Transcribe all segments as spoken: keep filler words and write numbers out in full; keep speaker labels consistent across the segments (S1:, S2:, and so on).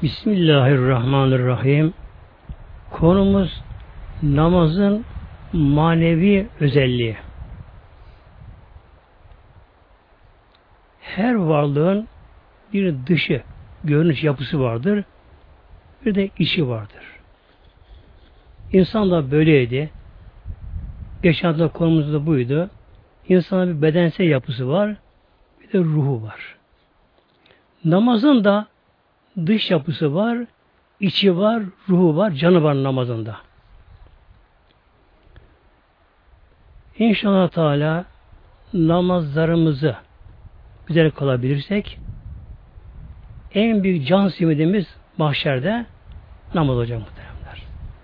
S1: Bismillahirrahmanirrahim. Konumuz namazın manevi özelliği. Her varlığın bir dışı, görünüş yapısı vardır. Bir de içi vardır. İnsan da böyleydi. Geçen hafta konumuz da buydu. İnsanın bir bedensel yapısı var. Bir de ruhu var. Namazın da dış yapısı var, içi var, ruhu var, canı var namazında. İnşallah Teala namazlarımızı güzel kılabilirsek en büyük can simidimiz mahşerde namaz olacak muhteremler.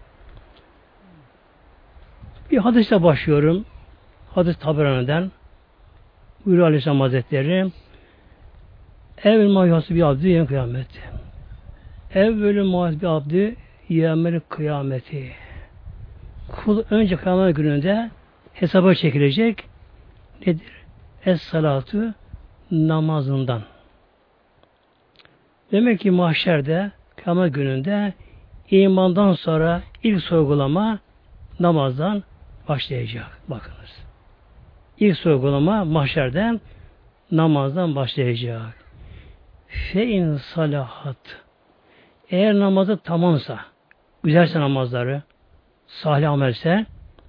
S1: Bir hadisle başlıyorum. Hadis Taberani'den buyuruyor Aleyhisselam Hazretleri, Evvel mahiyası bir abdi yevmel kıyameti. Evvelü mahiyası bir abdi yevmel kıyameti. Kul önce kıyamet gününde hesaba çekilecek. Nedir? Es-salatu namazından. Demek ki mahşerde kıyamet gününde imandan sonra ilk sorgulama namazdan başlayacak. Bakınız. İlk sorgulama mahşerden namazdan başlayacak. Fe in salahat. Eğer namazı tamamsa, güzelse namazları, salih amelse,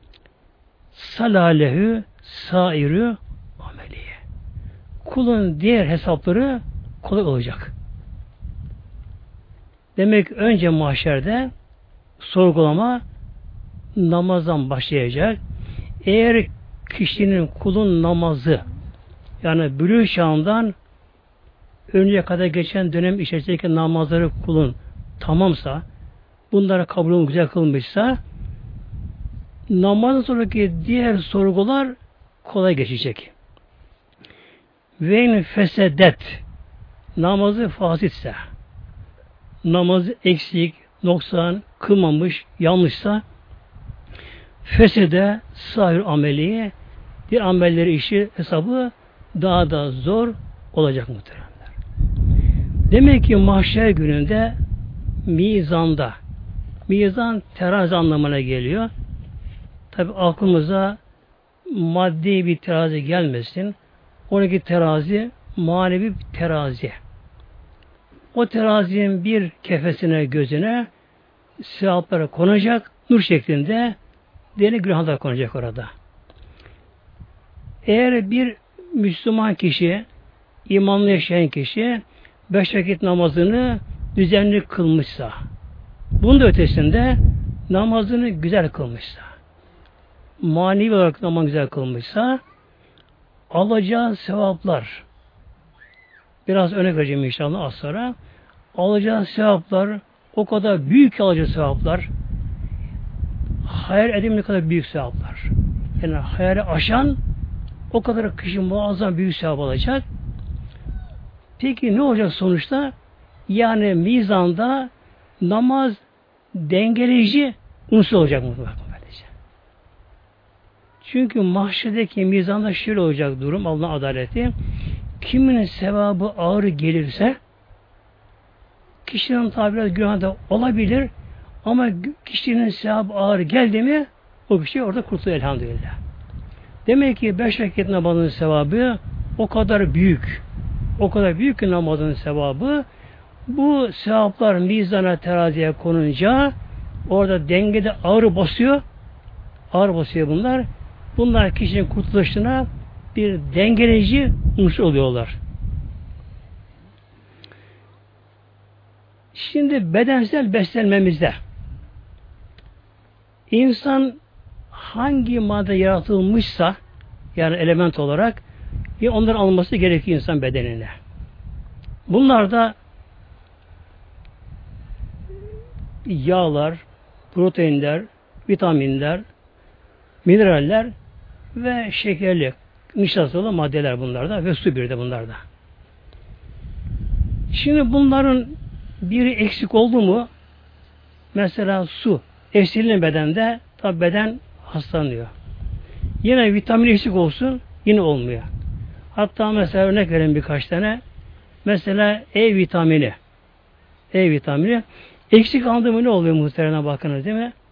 S1: salalehu sairu ameliye. Kulun diğer hesapları kolay olacak. Demek önce mahşerde sorgulama namazdan başlayacak. Eğer kişinin, kulun namazı, yani bülûğ çağından önceye kadar geçen dönem içerisindeki namazları kulun tamamsa, bunlara kabulün güzel kılmışsa, namazdan sonraki diğer sorgular kolay geçecek. Ve in fesedet, namazı fasitse, namazı eksik, noksan, kılmamış, yanlışsa, fesede sahir ameliye, bir amelleri işi hesabı daha da zor olacak muhteremler. Demek ki mahşer gününde mizanda, mizan terazi anlamına geliyor. Tabi aklımıza maddi bir terazi gelmesin. Oradaki terazi manevi bir terazi. O terazinin bir kefesine, gözüne sevaplara konacak, nur şeklinde diğer günahlar konacak orada. Eğer bir Müslüman kişi, imanlı yaşayan kişi beş vakit namazını düzenli kılmışsa, bunun da ötesinde namazını güzel kılmışsa, manevi olarak namazını güzel kılmışsa, alacağı sevaplar, biraz örnek vereceğim inşallah az sonra, alacağı sevaplar, o kadar büyük alacağı sevaplar, hayal edilmediği kadar büyük sevaplar. Yani hayali aşan o kadar kişi muazzam büyük sevap alacak. Peki ne olacak sonuçta? Yani mizanda namaz dengeleyici unsur olacak mı? Çünkü mahşerdeki mizanda şöyle olacak durum, Allah'ın adaleti. Kiminin sevabı ağır gelirse kişinin tabi biraz günahı da olabilir ama kişinin sevabı ağır geldi mi o kişi orada kurtuluyor elhamdülillah. Demek ki beş vakit namazın sevabı o kadar büyük. O kadar büyük ki namazın sevabı. Bu sevaplar mizana, teraziye konunca orada dengede ağır basıyor. Ağır basıyor bunlar. Bunlar kişinin kurtuluşuna bir dengeleyici unsur oluyorlar. Şimdi bedensel beslenmemizde insan hangi madde yaratılmışsa, yani element olarak, ya onların alınması gerekiyor insan bedenine. Bunlar da yağlar, proteinler, vitaminler, mineraller ve şekerli, nişastalı maddeler bunlarda ve su bir de bunlarda. Şimdi bunların biri eksik oldu mu, mesela su eksildiği bedende tabi beden hastalanıyor. Yine vitamin eksik olsun yine olmuyor. Hatta mesela örnek vereyim birkaç tane. Mesela E vitamini. E vitamini. Eksik aldığı mı ne oluyor muhtemelen bakınız değil mi?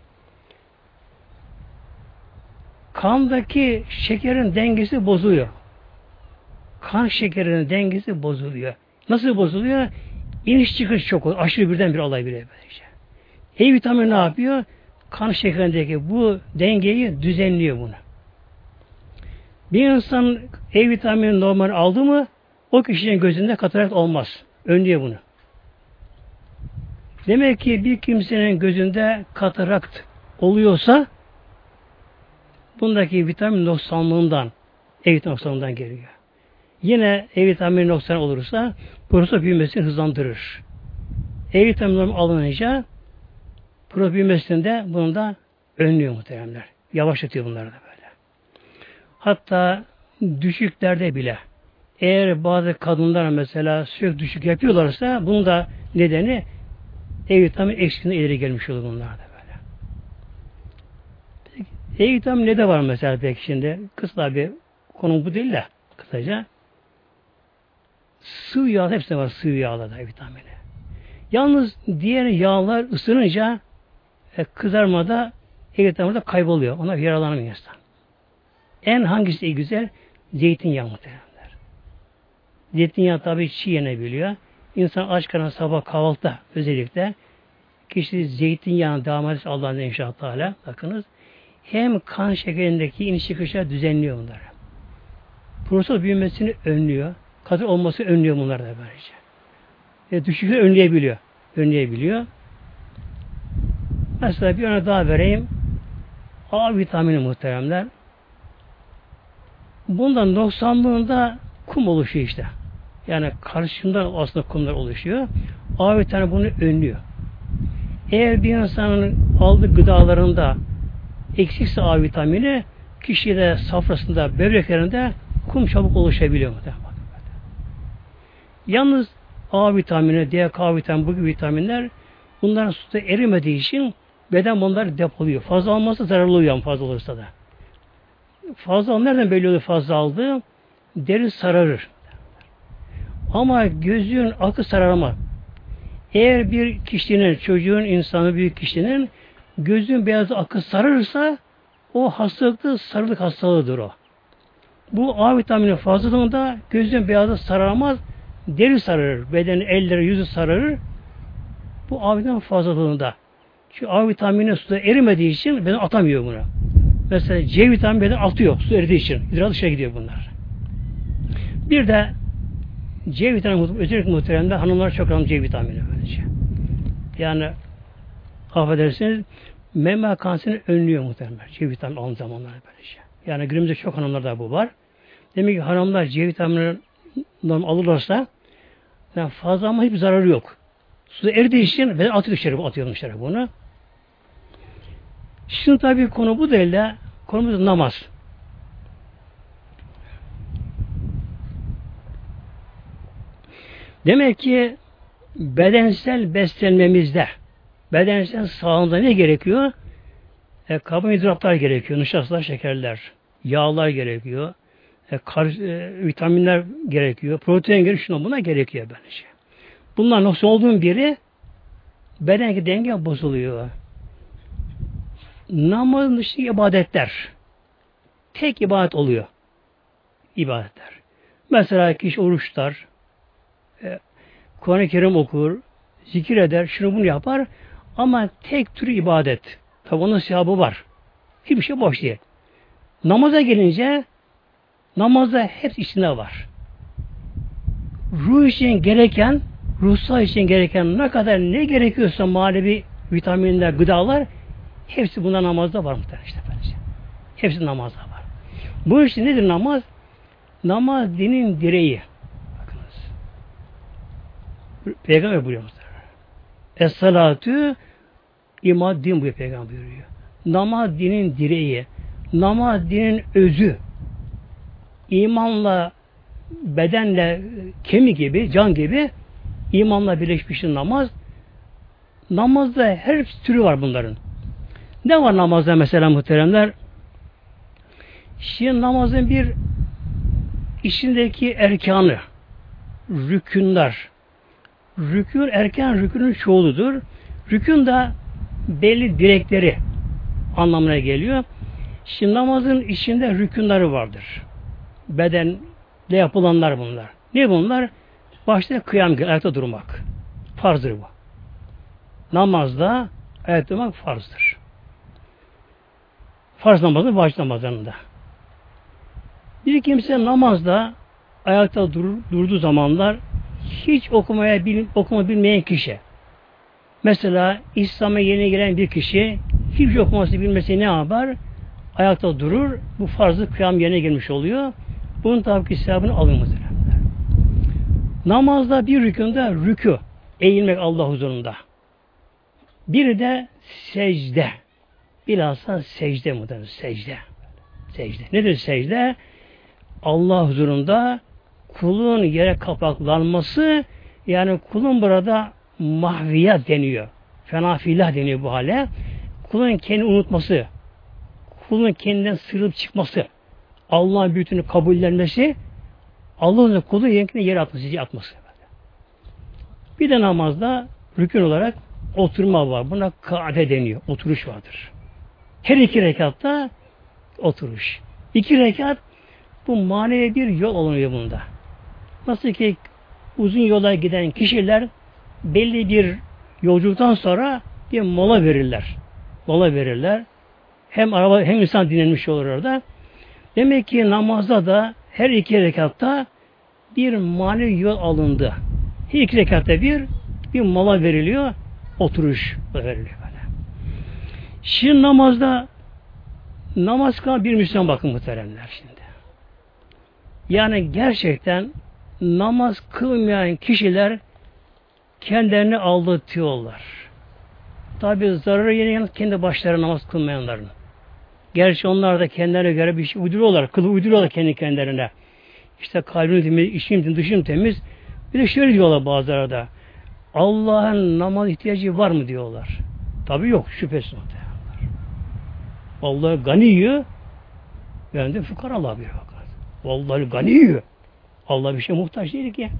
S1: Kandaki şekerin dengesi bozuluyor. Kan şekerinin dengesi bozuluyor. Nasıl bozuluyor? İniş çıkış çok oluyor. Aşırı birden bir olay bile böylece. E vitamini ne yapıyor? Kan şekerindeki bu dengeyi düzenliyor bunu. Bir insan E vitamini normal aldı mı o kişinin gözünde katarakt olmaz. Önlüyor bunu. Demek ki bir kimsenin gözünde katarakt oluyorsa bundaki vitamin noksanlığından, E vitamini noksanlığından geliyor. Yine E vitamini noksan olursa prostat büyümesini hızlandırır. E vitamini alınınca prostat büyümesinde bunu da önlüyor muhteremler. Yavaşlatıyor bunları da böyle. Hatta düşüklerde bile eğer bazı kadınlar mesela sürekli düşük yapıyorlarsa bunun da nedeni E vitamini eksikliğine ileri gelmiş olur bunlar da böyle. E vitamini ne de var mesela peki şimdi? Kısa bir konu bu değil de kısaca. Sıvı yağ hepsinde var sıvı yağda da E vitamini. Yalnız diğer yağlar ısınınca e, kızarmada E vitamini kayboluyor. Ona yaralanamıyor insan. En hangisi en güzel? Zeytinyağı muhtemelenler. Zeytinyağı tabi çiğ yenebiliyor. İnsan aç karnına sabah kahvaltıda özellikle kişi zeytinyağını devam ederse Allah'ın inşallah Teala bakınız hem kan şekerindeki iniş çıkışlar düzenliyor bunları. Prostat büyümesini önlüyor. Katır olması önlüyor bunlar da böylece. E, düşükleri önleyebiliyor. Önleyebiliyor. Mesela bir örnek daha vereyim. A vitamini muhteremler. Bundan noksanlığında kum oluşuyor işte. Yani karşımdan aslında kumlar oluşuyor. A vitamini bunu önlüyor. Eğer bir insanın aldığı gıdalarında eksikse A vitamini kişide safrasında, böbreklerinde kum çabuk oluşabiliyor. Yalnız A vitamini, D K vitamini, bu gibi vitaminler bunların suda erimediği için beden bunları depoluyor. Fazla alması zararlı oluyor fazla olursa da. Fazla nereden belli oluyor fazla aldığı? Deri sararır. Ama gözün akı sararmaz. Eğer bir kişinin, çocuğun, insanı, büyük kişinin gözün beyazı akı sararırsa o hastalıkta sarılık hastalığıdır o. Bu A vitamini fazlalığında gözün beyazı sararmaz, deri sararır. Bedenin, elleri, yüzü sararır. Bu A vitamini fazlalığında. Çünkü A vitamini suda erimediği için beden atamıyor bunu. Mesela C vitamini beden atıyor su eridiği için. İdrar dışarı gidiyor bunlar. Bir de C vitamini özellikle muhteremde hanımlar çok önemli C vitamini böylece. Yani affedersiniz meme kanserini önlüyor muhteremler. C vitamini alın zamanları böylece. Yani günümüzde çok hanımlarda bu var. Demek ki hanımlar C vitamini alırlarsa yani fazla ama hiçbir zararı yok. Suda eridiği için beden atıyor dışarı, atıyor dışarı bunu. Şimdi tabii konu bu değil de konumuz namaz. Demek ki bedensel beslenmemizde, bedensel sağlığında ne gerekiyor? E, karbonhidratlar gerekiyor, nişastalar, şekerler, yağlar gerekiyor, e, kar, e, vitaminler gerekiyor, protein gerekiyor, şuna buna gerekiyor bence. Bunlar nasıl olduğun biri bedendeki denge bozuluyor. Namazın dışında ibadetler tek ibadet oluyor. İbadetler. Mesela kişi oruç tutar, e, Kur'an-ı Kerim okur, zikir eder, şunu bunu yapar ama tek tür ibadet. Tabi onun sevabı var. Hiçbir şey boş değil. Namaza gelince namazda hepsi içinde var. Ruh için gereken, ruhsal için gereken ne kadar ne gerekiyorsa manevi vitaminler, gıdalar hepsi bunda namazda var muhtemelen işte bence. Hepsi namazda var. Bu işte nedir namaz? Namaz dinin direği. Bakınız. Peygamber buyuruyor muhtemelen. Es-salatu imad din buyuruyor Peygamber buyuruyor. Namaz dinin direği. Namaz dinin özü. İmanla, bedenle, kemik gibi, can gibi imanla birleşmiş namaz. Namazda her türü var bunların. Ne var namazda mesela muhteremler? Şimdi namazın bir içindeki erkanı, rükünler, rükûn erken rükûnün çoğuludur. Rükûn da belli direkleri anlamına geliyor. Şimdi namazın içinde rükünleri vardır. Bedenle yapılanlar bunlar. Ne bunlar? Başta kıyam, ayakta durmak. Farzdır bu. Namazda ayakta durmak farzdır. Farz namazı, vacip namazlarında. Bir kimse namazda ayakta dur, durduğu zamanlar hiç okumaya bil, okuma bilmeyen kişi. Mesela İslam'a yeni giren bir kişi hiç okuması bilmesi ne yapar? Ayakta durur. Bu farzı kıyam yerine girmiş oluyor. Bunun tabi ki sevabını alır muhtemelen. Namazda bir rükünde rükû. Eğilmek Allah huzurunda. Bir de secde. Bilhassa secde muhtemelen. Secde. Secde. Nedir secde? Allah huzurunda kulun yere kapaklanması, yani kulun burada mahviyat deniyor. Fenafilah deniyor bu hale. Kulun kendini unutması, kulun kendinden sıyrılıp çıkması, Allah'ın büyüklüğünü kabullenmesi, Allah'ın kulu yerine yere atması, atması. Bir de namazda rükün olarak oturma var. Buna kâde deniyor. Oturuş vardır. Her iki rekatta oturuş. İki rekat bu manevi bir yol oluyor bunda. Nasıl ki uzun yola giden kişiler belli bir yolculuktan sonra bir mola verirler. Mola verirler. Hem araba hem insan dinlenmiş olur orada. Demek ki namazda da her iki rekatta bir manevi yol alındı. Her iki rekatta bir bir mola veriliyor. Oturuş veriliyor böyle. Şimdi namazda namaz kılan bir Müslüman bakın muhteremler şimdi. Yani gerçekten namaz kılmayan kişiler kendilerini aldatıyorlar. Tabi zararı yine kendi başlarına namaz kılmayanların. Gerçi onlar da kendilerine göre bir şey uyduruyorlar. Kılı uyduruyorlar kendi kendilerine. İşte kalbim temiz, içim temiz, dışım temiz. Bir de şöyle diyorlar bazıları da. Allah'ın namaz ihtiyacı var mı diyorlar. Tabi yok. Şüphesiz muhtemelen. Allah ganiyü, ben de fukara Allah bir bakar. Vallahi ganiyü. Allah bir şey muhtaç değil ki.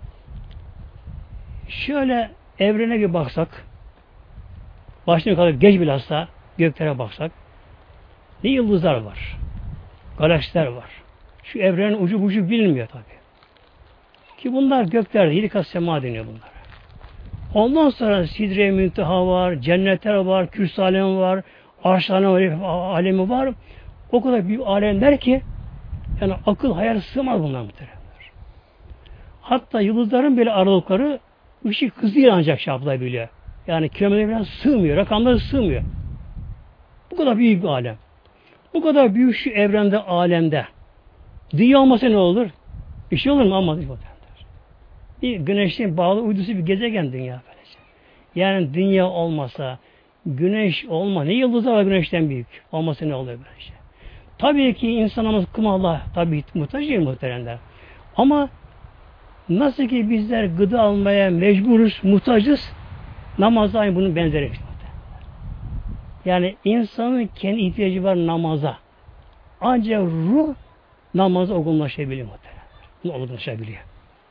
S1: Şöyle evrene bir baksak, başına kadar geç bilhassa göklere baksak, ne yıldızlar var, galaksiler var. Şu evrenin ucu bucu bilinmiyor tabi. Ki bunlar göklerde, yedi kat sema deniyor bunlara. Ondan sonra sidre-i münteha var, cennetler var, kürsü alemi var, arş alemi var. O kadar büyük alemler ki yani akıl hayal sığmaz bunlar muhtemelen. Hatta yıldızların bile aralıkları ışık hızıyla ancak şey yapılabiliyor. Yani kilometre biraz sığmıyor, rakamları sığmıyor. Bu kadar büyük bir alem. Bu kadar büyük şu evrende, alemde. Dünya olmasa ne olur? Bir şey olur mu? Olmaz. Bir güneşin bağlı uydusu bir gezegen dünya böylece. Yani dünya olmasa, güneş olma, ne yıldızlar var güneşten büyük? Olmasa ne olur böylece? Tabii ki insanımız kıma Allah, tabii muhtaç değil muhteremler. Ama nasıl ki bizler gıda almaya mecburuz, muhtacız, namazda aynı bunun benzeri. Yani insanın kendi ihtiyacı var namaza. Ancak ruh namaza olgunlaşabiliyor muhtemelen. Olgunlaşabiliyor.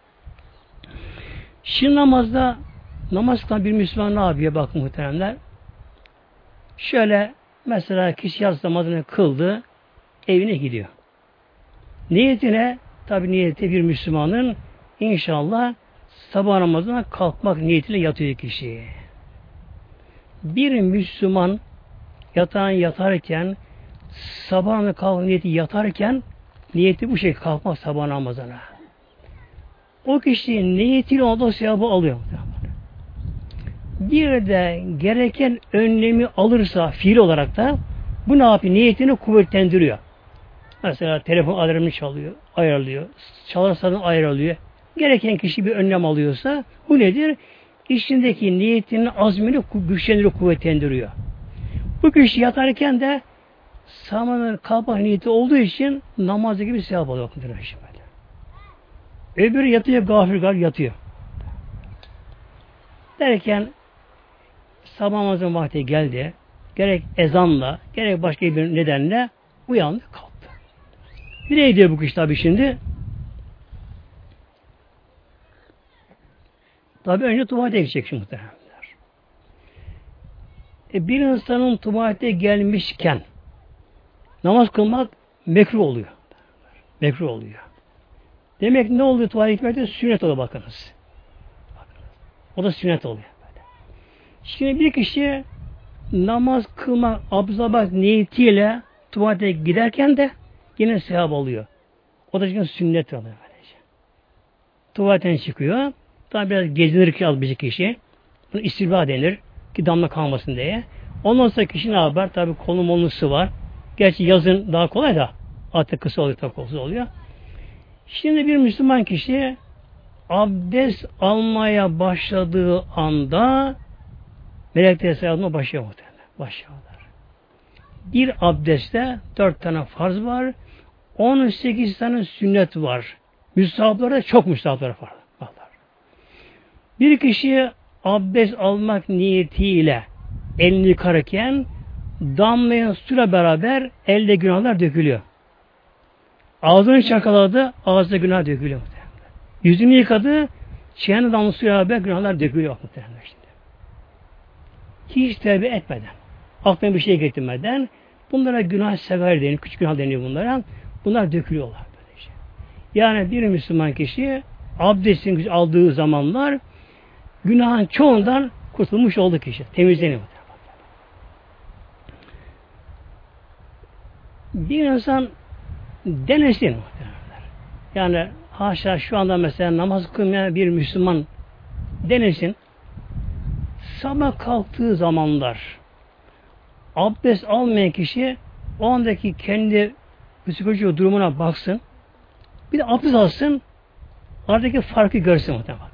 S1: Şimdi namazda namaz kılan bir Müslüman ne yapıyor bak muhteremler? Şöyle mesela kişi yatsı namazını kıldı, evine gidiyor. Niyetine, tabi niyeti bir Müslümanın inşallah sabah namazına kalkmak niyetiyle yatıyor kişi. Bir Müslüman yatağın yatarken sabah namazına kalkmak niyeti yatarken niyeti bu şekilde kalkmak sabah namazına. O kişi niyetiyle o sevabı alıyor. Bir de gereken önlemi alırsa fiil olarak da bu ne yapıyor? Niyetini kuvvetlendiriyor. Mesela telefon alarmını çalıyor, ayarlıyor. Çalarsa ayarlıyor. Gereken kişi bir önlem alıyorsa bu nedir? İçindeki niyetinin azmini güçlendiriyor, kuvvetlendiriyor. Bu kişi yatarken de sabahın kalkmak niyeti olduğu için namazı gibi sevap alıyor. Öbürü yatıyor, gafil gafil yatıyor. Derken sabah namazının vakti geldi. Gerek ezanla, gerek başka bir nedenle uyandı, kalktı. Nereye gidiyor bu kişi tabi şimdi? Tabi önce tuvalete gidecek şimdi muhtemelen. E, bir insanın tuvalete gelmişken namaz kılmak mekruh oluyor. Mekruh oluyor. Demek ne oluyor tuvalete gitmekte? Sünnet oluyor bakınız. bakınız. O da sünnet oluyor. Böyle. Şimdi bir kişi namaz kılmak, abdest almak niyetiyle tuvalete giderken de yine sevap oluyor. O da çünkü sünnet oluyor. Böylece. Tuvaletten çıkıyor. Tabi biraz gezinir ki az bir kişi. Bunu istirba denir. Ki damla kalmasın diye. Ondan sonra kişi ne yapar? Tabi kolu mollusu var. Gerçi yazın daha kolay da artık kısa oluyor, tabi kısa oluyor. Şimdi bir Müslüman kişi abdest almaya başladığı anda melekler sayılma başlıyor muhtemelen. Başlıyorlar. Bir abdestte dört tane farz var. on sekiz tane sünnet var. Müstahaplarda çok müstahapları var. Bir kişi abdest almak niyetiyle elini yıkarken damlayan suyla beraber elde günahlar dökülüyor. Ağzını çakaladı, ağzına günah dökülüyor. Yüzünü yıkadı, çiğne damla suyla beraber günahlar dökülüyor. Hiç tevbe etmeden, aklına bir şey getirmeden, bunlara günah sever deniyor, küçük günah deniyor bunlara. Bunlar dökülüyorlar. Böylece. Yani bir Müslüman kişi abdestini aldığı zamanlar günahın çoğundan kurtulmuş oldu kişi. Temizleniyor. Bir insan denesin. Yani haşa şu anda mesela namaz kılmayan bir Müslüman denesin. Sabah kalktığı zamanlar abdest almayan kişi o andaki kendi psikolojik durumuna baksın. Bir de abdest alsın. Aradaki farkı görsün muhtemelen.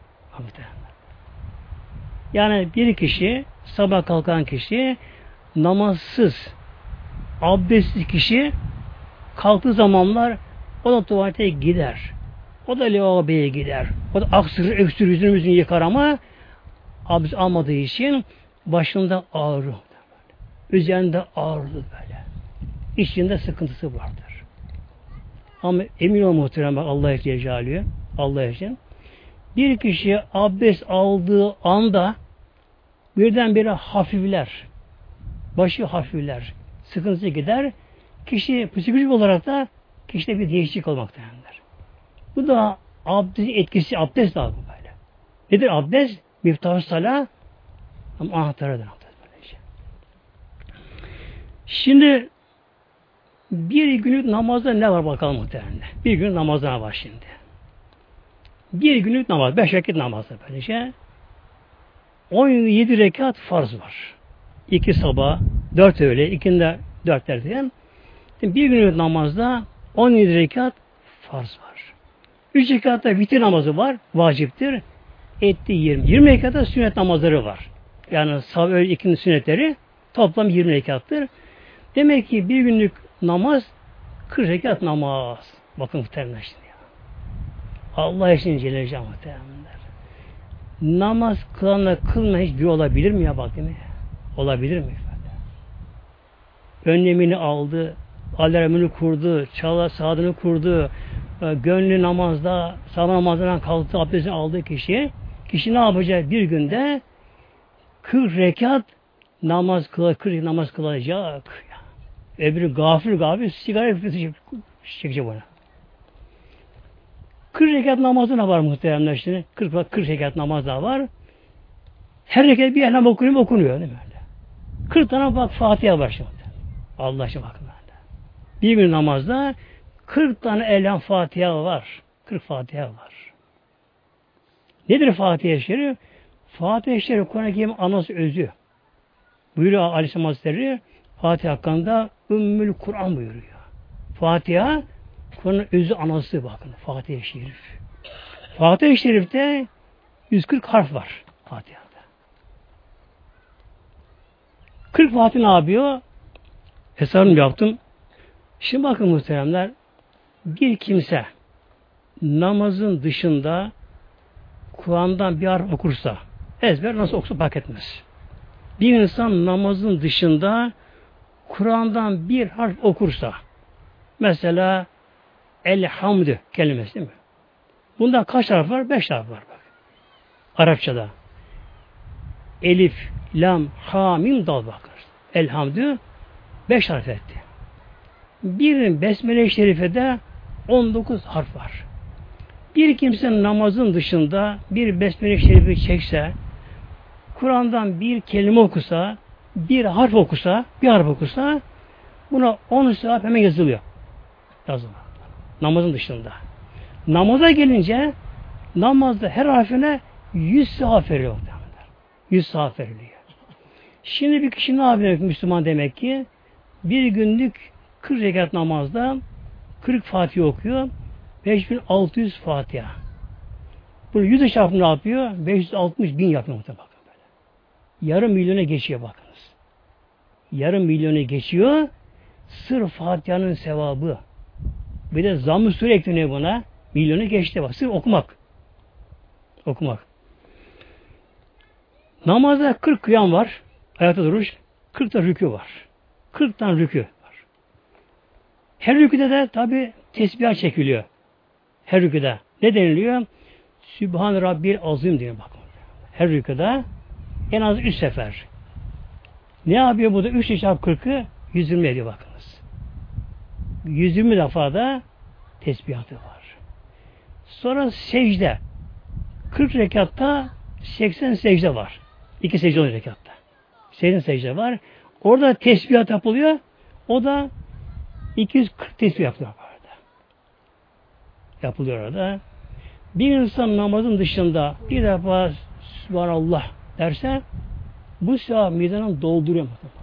S1: Yani bir kişi sabah kalkan kişi namazsız abdestsiz kişi kalktığı zamanlar o da tuvalete gider. O da lavaboya gider. O da aksırır, öksürür, yüzünü yüzünü yıkar ama abdest almadığı için başında ağrı. Üzerinde ağrı böyle. İçinde sıkıntısı vardır. Ama emin ol muhterem bak Allah Celle Allah için. Bir kişi abdest aldığı anda birdenbire hafifler. Başı hafifler. Sıkıntısı gider. Kişi psikolojik olarak da kişide bir değişiklik olmaktadır. Bu da abdest etkisi, abdest daha bu böyle. Nedir abdest? Miftah-ı Salah ama anahtarıdır abdest böylece. Şimdi bir günlük namazda ne var bakalım muhtemelen. Bir günlük namazda ne var şimdi? Bir günlük namaz, beş vakit namazda böylece. on yedi rekat farz var. İki sabah, dört öğle, ikindi dört derken. Bir günlük namazda on yedi rekat farz var. Üç rekatta vitir namazı var, vaciptir. Etti yirmi. yirmi rekatta sünnet namazları var. Yani sabah öğle ikindi sünnetleri toplam yirmi rekattır. Demek ki bir günlük namaz kırk rekat namaz. Bakın muhtemelen şimdi ya. Allah için Celle Celaluhu muhtemelenler. Namaz kılanla kılma hiçbir olabilir mi ya bakın? Olabilir mi? Önlemini aldı, alarmını kurdu, çala saadını kurdu, gönlü namazda, sabah namazından kalktı, abdestini aldığı kişi, kişi ne yapacak bir günde? kırk rekat namaz kılacak, kırk namaz kılacak. Öbürü gafil gafil sigara çekecek bana. kırk rekat namazı da var muhteremler şimdi. kırk, kırk rekat namaz da var. Her rekat bir elham okunuyor mu okunuyor değil mi? kırk tane bak Fatiha var şimdi. Allah aşkına bakın böyle. Bir gün namazda kırk tane elham Fatiha var. kırk Fatiha var. Nedir Fatiha-i Şerif? Fatiha-i Şerif Kur'an-ı Kerim anası özü. Buyuruyor Aleyhisselam Hazretleri Fatiha hakkında Ümmül Kur'an buyuruyor. Fatiha Kur'an'ın özü anası bakın. Fatiha-i Şerif. Fatiha-i Şerif'te yüz kırk harf var Fatiha'da. kırk Fatiha ne yapıyor? Hesabını yaptım. Şimdi bakın muhteremler, bir kimse namazın dışında Kur'an'dan bir harf okursa, ezber nasıl okusa fark etmez. Bir insan namazın dışında Kur'an'dan bir harf okursa, mesela Elhamdü kelimesi değil mi? Bunda kaç harf var? Beş harf var. Bak. Arapçada. Elif, lam, ha, mim, dal bakar. Elhamdü beş harf etti. Bir Besmele-i Şerife'de on dokuz harf var. Bir kimse namazın dışında bir Besmele-i Şerifi çekse, Kur'an'dan bir kelime okusa, bir harf okusa, bir harf okusa, buna on sevap hemen yazılıyor. Yazılıyor. Namazın dışında. Namaza gelince, namazda her harfine yüz sevap veriyor. Yüz sevap veriliyor. Şimdi bir kişi ne yapıyor Müslüman demek ki? Bir günlük kırk rekat namazda kırk Fatiha okuyor. beş bin altı yüz Fatiha. Bunu yüz çarpı ne yapıyor? beş yüz altmış bin yapıyor. Bakın böyle. Yarım milyona geçiyor bakınız. Yarım milyona geçiyor. Sırf Fatiha'nın sevabı. Bir de zamm-ı sure ekleniyor buna. Milyonu geçti bak. Sırf okumak. Okumak. Namazda kırk kıyam var. Ayakta duruş. kırk da rükû var. kırk tane rükû var. Her rüküde de tabi tesbih çekiliyor. Her rüküde. Ne deniliyor? Sübhan Rabbil Azim diyor bakın. Her rüküde en az üç sefer. Ne yapıyor bu da? üç çarpı kırkı yüz yirmi ediyor bakınız. yüz yirmi defa da tesbihatı var. Sonra secde. kırk rekatta seksen secde var. İki secde oluyor rekatta. seksen secde var. Orada tesbihat yapılıyor. O da iki yüz kırk tesbih yapılıyor orada. Yapılıyor orada. Bir insan namazın dışında bir defa Sübhanallah derse bu sevap midenin dolduruyor.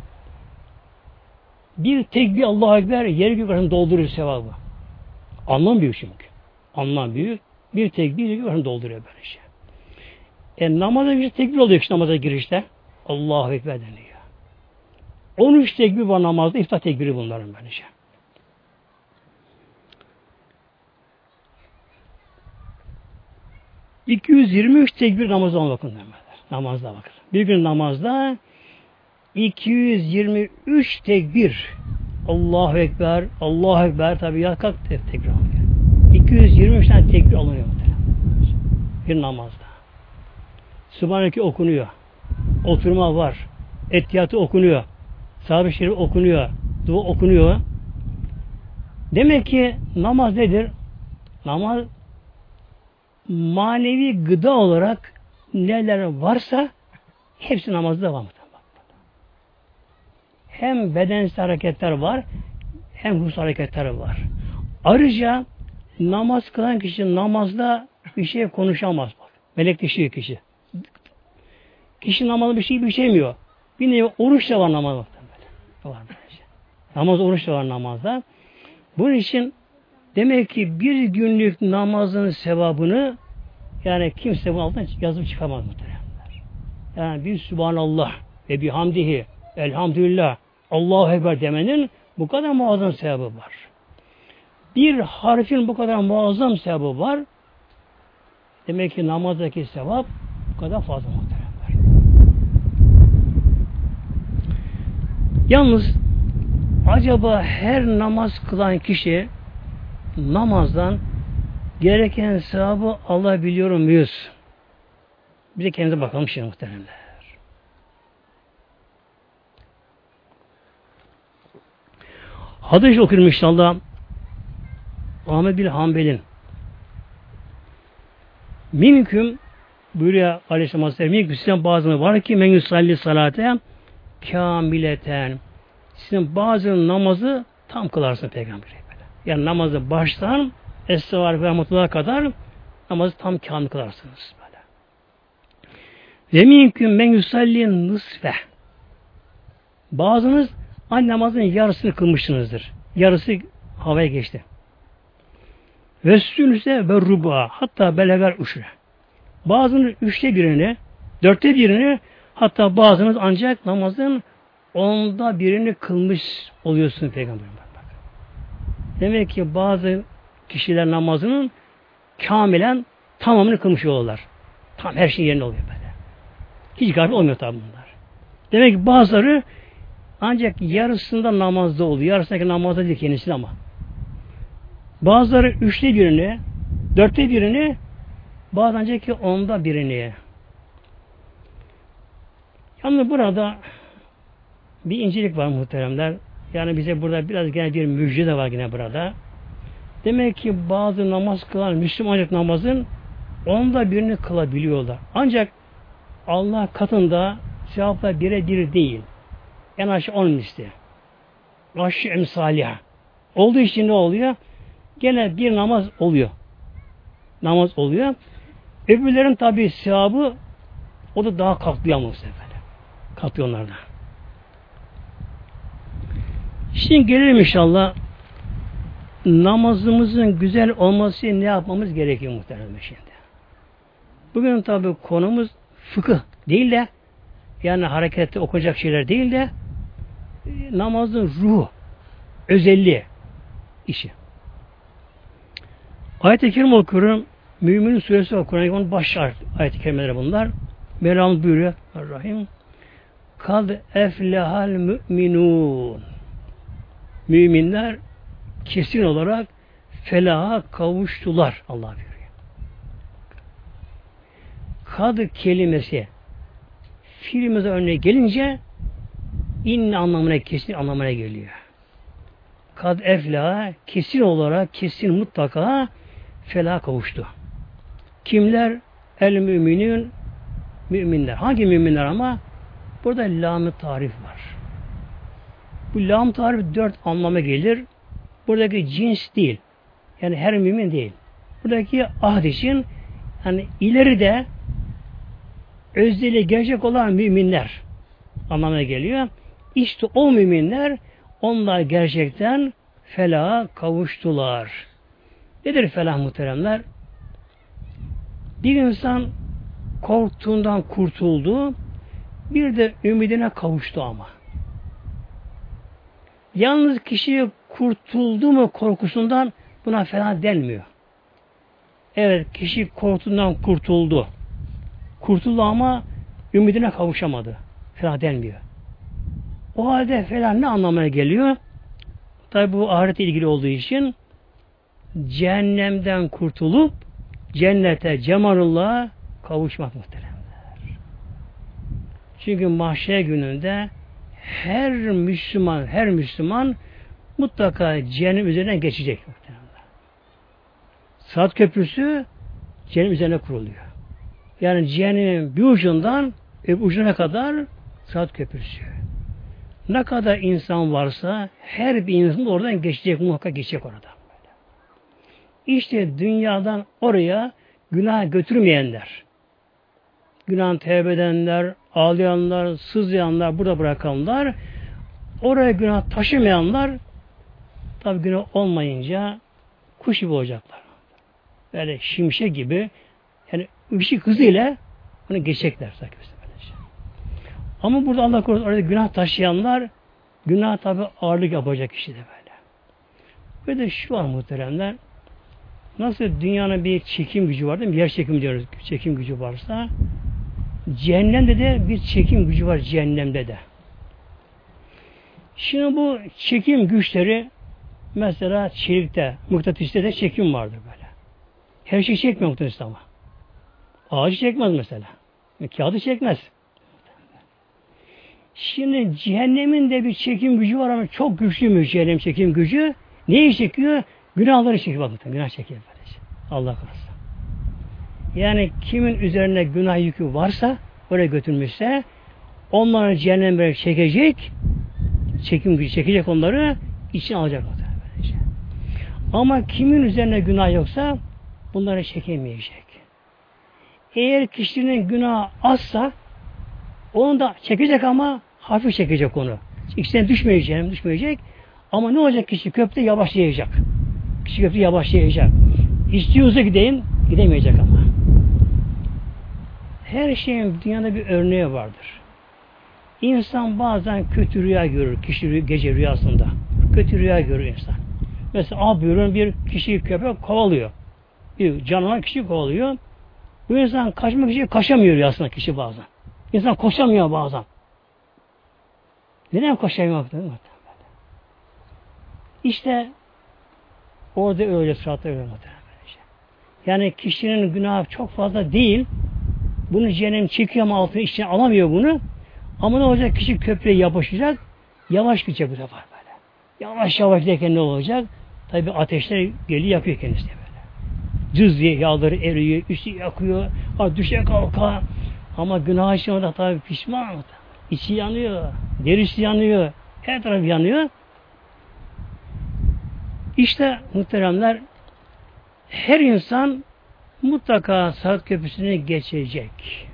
S1: Bir tekbir Allahu Ekber yer göklerini dolduruyor sevabı. Anlam büyük çünkü. Anlam büyük. Bir tekbir yer göklerini dolduruyor böyle şey. E namaza bir tekbir oluyor işte namaza girişte. Allahu Ekber deniyor. on üç tekbir var namazda. İftah tekbiri bunların böyle şey. iki yüz yirmi üç tekbir namazda bakın demeler. Namazda bakın. Bir gün namazda iki yüz yirmi üç tekbir. Allahu Ekber, Allahu Ekber tabi ya kalk tekbir alıyor. iki yüz yirmi üç tane tekbir alınıyor. Bir namazda. Sübhaneke okunuyor. Oturma var. Ettiyatı okunuyor. Sahabe-i Şerif okunuyor. Dua okunuyor. Demek ki namaz nedir? Namaz manevi gıda olarak neler varsa hepsi namazda var. Hem bedensel hareketler var hem ruhsal hareketler var. Ayrıca namaz kılan kişi namazda bir şey konuşamaz. Bak. Melek dışı kişi. Kişi namazda bir şey bir şey yemiyor. Bir nevi oruç da var namazda. Var böylece. Namaz oruç da var namazda. Bunun için demek ki bir günlük namazın sevabını yani kimse bunun altından yazıp çıkamaz muhteremler. Yani bir Sübhanallah ve bihamdihi elhamdülillah Allahu Ekber demenin bu kadar muazzam sevabı var. Bir harfin bu kadar muazzam sevabı var. Demek ki namazdaki sevap bu kadar fazla muhteremler. Yalnız acaba her namaz kılan kişi namazdan gereken sevabı alabiliyor muyuz? Bize kendimize bakalım şimdi muhteremler. Hadis okuyorum inşallah. Ahmed bin Hanbel'in Minküm buyuruyor Aleyhisselam Hazretleri minküm sizden bazıları var ki men yusalli salate kamileten sizin bazı namazı tam kılarsın Peygamber. Yani namazı baştan Es-Sevar ve Rahmetullah'a kadar namazı tam kamil kılarsınız. Böyle. Ve minküm men yusalli nısfe bazınız aynı namazın yarısını kılmışsınızdır. Yarısı havaya geçti. Ve sülüse ve ruba hatta belever uşre. Bazının üçte birini, dörtte birini hatta bazınız ancak namazın onda birini kılmış oluyorsun Peygamberim. Demek ki bazı kişiler namazının kamilen tamamını kılmış oluyorlar. Tam her şey yerine oluyor böyle. Hiç gafil olmuyor tabi bunlar. Demek ki bazıları ancak yarısında namazda oluyor. Yarısındaki namazda değil kendisi ama. Bazıları üçte birini, dörtte birini, bazı ancak ki onda birini. Yalnız burada bir incelik var muhteremler. Yani bize burada biraz gene bir müjde de var yine burada. Demek ki bazı namaz kılan Müslümanlık namazın onda birini kılabiliyorlar. Ancak Allah katında sevaplar birebir değil. En aşağı on misli. Aşağı emsaliha. Olduğu için ne oluyor? Gene bir namaz oluyor. Namaz oluyor. Öbürlerin tabi sevabı o da daha katlıyor ama bu sefer. Katlıyor onlarda. Şimdi gelelim inşallah namazımızın güzel olması için ne yapmamız gerekiyor muhtemelen şimdi. Bugün tabi konumuz fıkıh değil de yani harekette okunacak şeyler değil de namazın ruhu, özelliği işi. Ayet-i Kerime okuyorum. Mü'minin suresi okuyorum. Onun baş ayet-i kerimeleri bunlar. Mevlam buyuruyor. Rahim. Kad eflehal mü'minun. Müminler kesin olarak felaha kavuştular. Allah buyuruyor. Kad kelimesi fiilimize önüne gelince inne anlamına, kesin anlamına geliyor. Kad eflaha kesin olarak, kesin mutlaka felaha kavuştu. Kimler? El müminin müminler. Hangi müminler ama? Burada lam-ı tarif var. Bu lam-ı tarif dört anlama gelir. Buradaki cins değil. Yani her mümin değil. Buradaki ahd için yani ileride özdeli gerçek olan müminler anlamına geliyor. İşte o müminler onlar gerçekten felaha kavuştular. Nedir felah muhteremler? Bir insan korktuğundan kurtuldu, bir de ümidine kavuştu ama. Yalnız kişi kurtuldu mu korkusundan buna felah denmiyor. Evet, kişi korkusundan kurtuldu. Kurtuldu ama ümidine kavuşamadı. Felah denmiyor. O halde felah ne anlamına geliyor? Tabi bu ahirete ilgili olduğu için cehennemden kurtulup cennete, cemalullah'a kavuşmak muhteremler. Çünkü mahşer gününde her Müslüman, her Müslüman mutlaka cehennem üzerinden geçecek muhteremler. Sırat köprüsü cehennem üzerine kuruluyor. Yani cehennemin bir ucundan öbür ucuna kadar Sırat köprüsü. Ne kadar insan varsa her bir insan oradan geçecek, muhakkak geçecek oradan. İşte dünyadan oraya günah götürmeyenler, günah tevbe edenler, ağlayanlar, sızlayanlar, burada bırakanlar, oraya günah taşımayanlar, tabi günah olmayınca kuş gibi olacaklar. Böyle şimşek gibi, yani ışık hızıyla onu geçecekler. Ama burada Allah korusun orada günah taşıyanlar, günah tabi ağırlık yapacak kişi de böyle. Ve de şu var muhteremler, nasıl dünyanın bir çekim gücü var değil mi? Yer çekim diyoruz. Çekim gücü varsa cehennemde de bir çekim gücü var cehennemde de. Şimdi bu çekim güçleri mesela çelikte, mıknatıste de çekim vardır böyle. Her şey çekmiyor mıknatıste ama. Ağacı çekmez mesela. Kağıdı çekmez. Şimdi cehennemin de bir çekim gücü var ama çok güçlü mü cehennem çekim gücü? Neyi çekiyor? Günahları çekiyor. Bakın günah çekiyor böylece. Allah korusun. Yani kimin üzerine günah yükü varsa oraya götürmüşse onları cehennem böyle çekecek, çekim gücü çekecek, onları içine alacak böylece. Ama kimin üzerine günah yoksa bunları çekemeyecek. Eğer kişinin günahı azsa onu da çekecek ama hafif çekecek onu. İçine düşmeyecek, düşmeyecek. Ama ne olacak, kişi köprüde yavaşlayacak. Kişi köprüde yavaşlayacak. İstiyorsa gideyim, gidemeyecek ama. Her şeyin dünyada bir örneği vardır. İnsan bazen kötü rüya görür, kişi gece rüyasında. Kötü rüya görür insan. Mesela ab buyurun bir kişiyi köpek kovalıyor. Bir canavar kişi kovalıyor. Bu insan kaçmak için kaçamıyor rüyasında kişi bazen. İnsan koşamıyor bazen. Neden koşamıyor? İşte orada öyle, sıratta öyle. Yani kişinin günahı çok fazla değil. Bunu cehennem çekiyor ama altına içine alamıyor bunu. Ama ne olacak? Kişi köprüye yapışacak, yavaş gidecek bu sefer böyle. Yavaş yavaş derken ne olacak? Tabi ateşler geliyor, yakıyor kendisini böyle. Cız diye yağları eriyor, üstü yakıyor, düşe kalka. Ama günah işlemede tabi pişman. İçi yanıyor, derisi yanıyor, her taraf yanıyor. İşte muhteremler, her insan mutlaka Sırat Köprüsü'nü geçecek.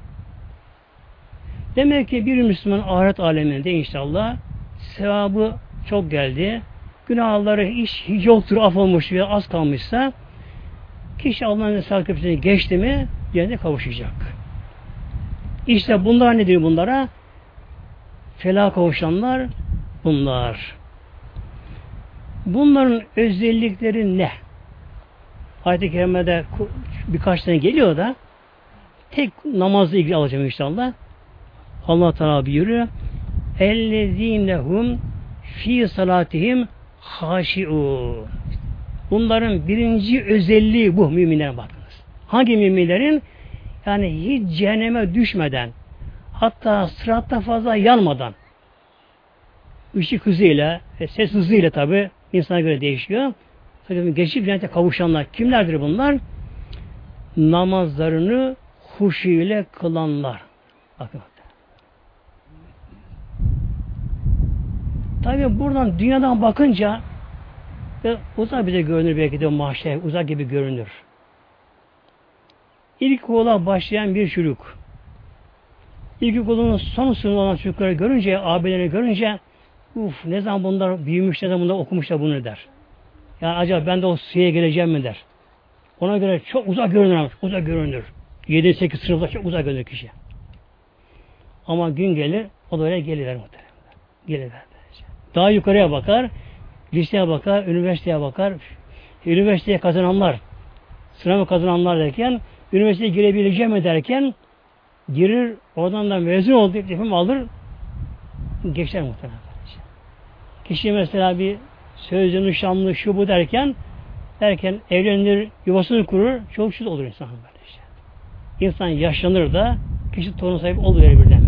S1: Demek ki bir Müslüman ahiret aleminde inşallah sevabı çok geldi. Günahları hiç, hiç yoktur, af olmuş veya az kalmışsa kişi Allah'ın Sırat Köprüsü'nü geçti mi cennete kavuşacak. İşte bunlar nedir bunlara? Felaha kavuşanlar bunlar. Bunların özellikleri ne? Ayet-i Kerime'de birkaç tane geliyor da tek namazla ilgili alacağım inşallah. Allah Teala buyuruyor. Ellezinehum fi salatihim haşiun. Bunların birinci özelliği bu, müminlere bakınız. Hangi müminlerin? Yani hiç cehenneme düşmeden, hatta sıratta fazla yanmadan, ışık hızıyla, ses hızıyla tabi insana göre değişiyor. Geçip cennete kavuşanlar kimlerdir bunlar? Namazlarını huşu ile kılanlar. Bakın. Tabi buradan dünyadan bakınca uzak bize görünür, belki de mahşer uzak gibi görünür. İlk okula başlayan bir çocuk, İlk okulunun son sınıfı olan çocukları görünce, abilerini görünce, uf ne zaman bunlar büyümüş, ne zaman bunlar okumuşlar bunu der. Yani acaba ben de o suya geleceğim mi der. Ona göre çok uzak görünür, uzak görünür. yedi sekiz sınıfta çok uzak görünür kişi. Ama gün gelir, o da öyle gelirler muhtemelen. Gelirler. Daha yukarıya bakar, liseye bakar, üniversiteye bakar. Üniversiteye kazananlar, sınavı kazananlar derken, üniversiteye girebileceğim mi derken, girir, oradan da mezun oldu, diploma alır, geçer muhtemelen. Kişi mesela bir sözlü, nişanlı, şu bu derken, derken evlenir, yuvasını kurur, çok şut olur insan böyle işte. İnsan yaşlanır da, kişi torun sahibi olur birden.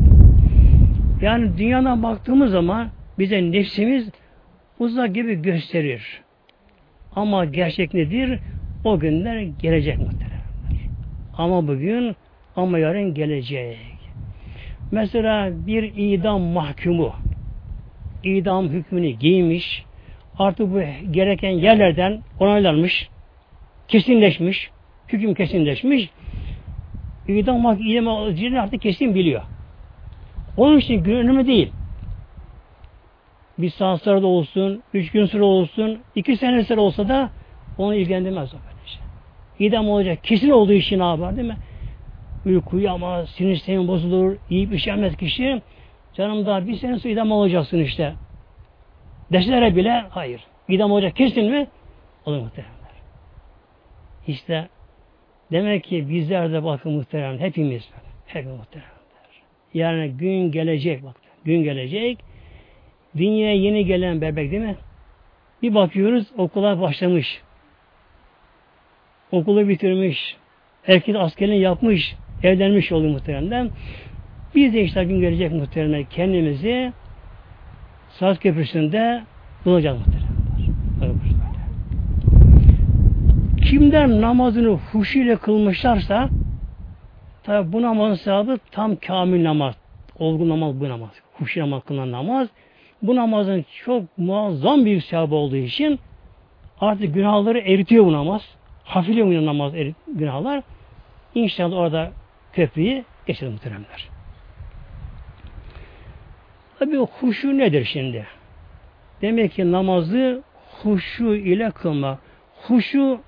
S1: Yani dünyadan baktığımız zaman, bize nefsimiz uzak gibi gösterir. Ama gerçek nedir? O günler gelecek muhtemelen. Ama bugün, ama yarın gelecek. Mesela bir idam mahkumu, idam hükmünü giymiş, artık bu gereken yerlerden onaylanmış, kesinleşmiş, hüküm kesinleşmiş, idam mahkumu artık kesin biliyor. Onun için gün önemi değil. Bir saat sonra da olsun, üç gün sonra olsun, iki sene sonra olsa da onu ilgilendirmez o böyle şey. İdam olacak, kesin olduğu için ne yapar değil mi? Uyku uyuyamaz, sinir sistemi bozulur, yiyip içemez kişi. Canım daha bir sene sonra idam olacaksın işte. Deselere bile hayır. İdam olacak kesin mi? Olur muhteremler. İşte demek ki bizler de bakın muhteremler, hepimiz hepimiz muhteremler. Yani gün gelecek bak. Gün gelecek. Dünyaya yeni gelen bebek değil mi? Bir bakıyoruz okula başlamış. Okulu bitirmiş. Erkek askerliğini yapmış. Evlenmiş oluyor muhteremden. Biz de işte gün gelecek muhteremler kendimizi Sırat Köprüsü'nde bulacağız muhteremler. Kimler namazını huşuyla kılmışlarsa tabi bu namazın sevabı tam kamil namaz. Olgun namaz bu namaz. Huşu namaz kılınan namaz. Bu namazın çok muazzam bir sevabı olduğu için artık günahları eritiyor bu namaz. Hafifliyor bu namaz erit, günahlar. İnşallah orada köprüyü geçelim muhteremler. Tabi huşu nedir şimdi? Demek ki namazı huşu ile kılma. Huşu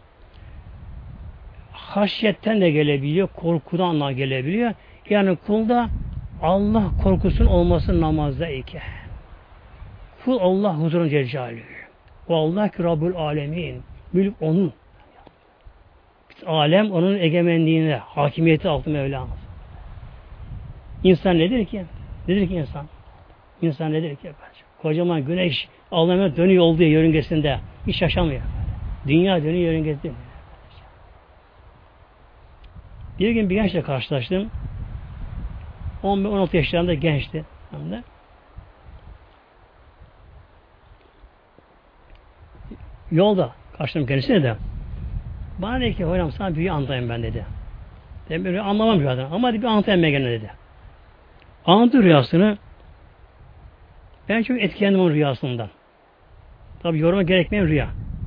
S1: haşyetten de gelebiliyor, korkudan da gelebiliyor. Yani kulda Allah korkusunun olması namazda iken. Kul Allah huzurun Celle. O Allah ki Rabbül Alemin. Mülk onun. Alem onun egemenliğine, hakimiyeti altı Mevlamız. İnsan nedir ki? Nedir ki insan? İnsan nedir ki? Kocaman güneş Allah'ın dönüyor olduğu yörüngesinde hiç yaşamıyor. Dünya dönüyor yörüngesinde. Bir gün bir gençle karşılaştım. on beş on altı yaşlarında gençti. Hem de. Yolda karşıladım kendisine de. Bana dedi ki hocam sana büyüyü anlatayım ben dedi. Ben böyle anlamam rüyadan ama bir anlatayım ben gene dedi. Anlattı rüyasını. Ben çok etkilendim onun rüyasından. Tabi yoruma gerekmeyen rüya.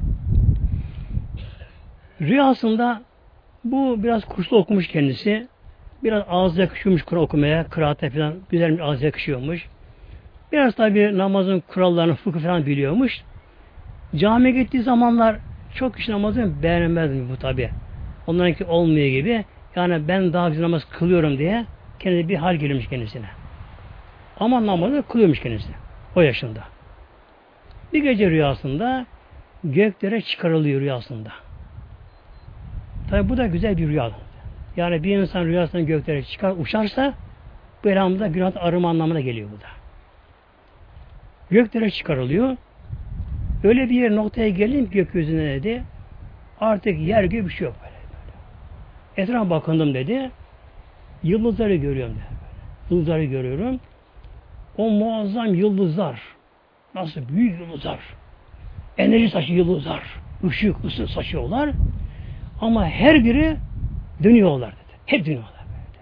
S1: Rüyasında bu biraz kurslu okumuş kendisi. Biraz ağız yakışıyormuş Kur'an okumaya, kıraate falan güzel bir ağız yakışıyormuş. Biraz tabi namazın kurallarını, fıkıh falan biliyormuş. Camiye gittiği zamanlar çok kişi namazını beğenmezdi bu tabi. Onlarınki olmuyor gibi. Yani ben daha güzel namaz kılıyorum diye kendine bir hal gelmiş kendisine. Ama namazı kılıyormuş kendisi. O yaşında. Bir gece rüyasında göklere çıkarılıyor rüyasında. Tabi bu da güzel bir rüya. Yani bir insan rüyasında göklere çıkar, uçarsa bu elhamda günah arınma anlamına geliyor bu da. Göklere çıkarılıyor. Öyle bir yer noktaya geleyim gökyüzüne dedi. Artık yer gibi bir şey yok böyle. böyle. Etrafa bakındım dedi. Yıldızları görüyorum dedi. Böyle. Yıldızları görüyorum. O muazzam yıldızlar. Nasıl büyük yıldızlar. Enerji saçı yıldızlar. Işık, ısı saçıyorlar. Ama her biri dönüyorlar dedi. Hep dönüyorlar böyle.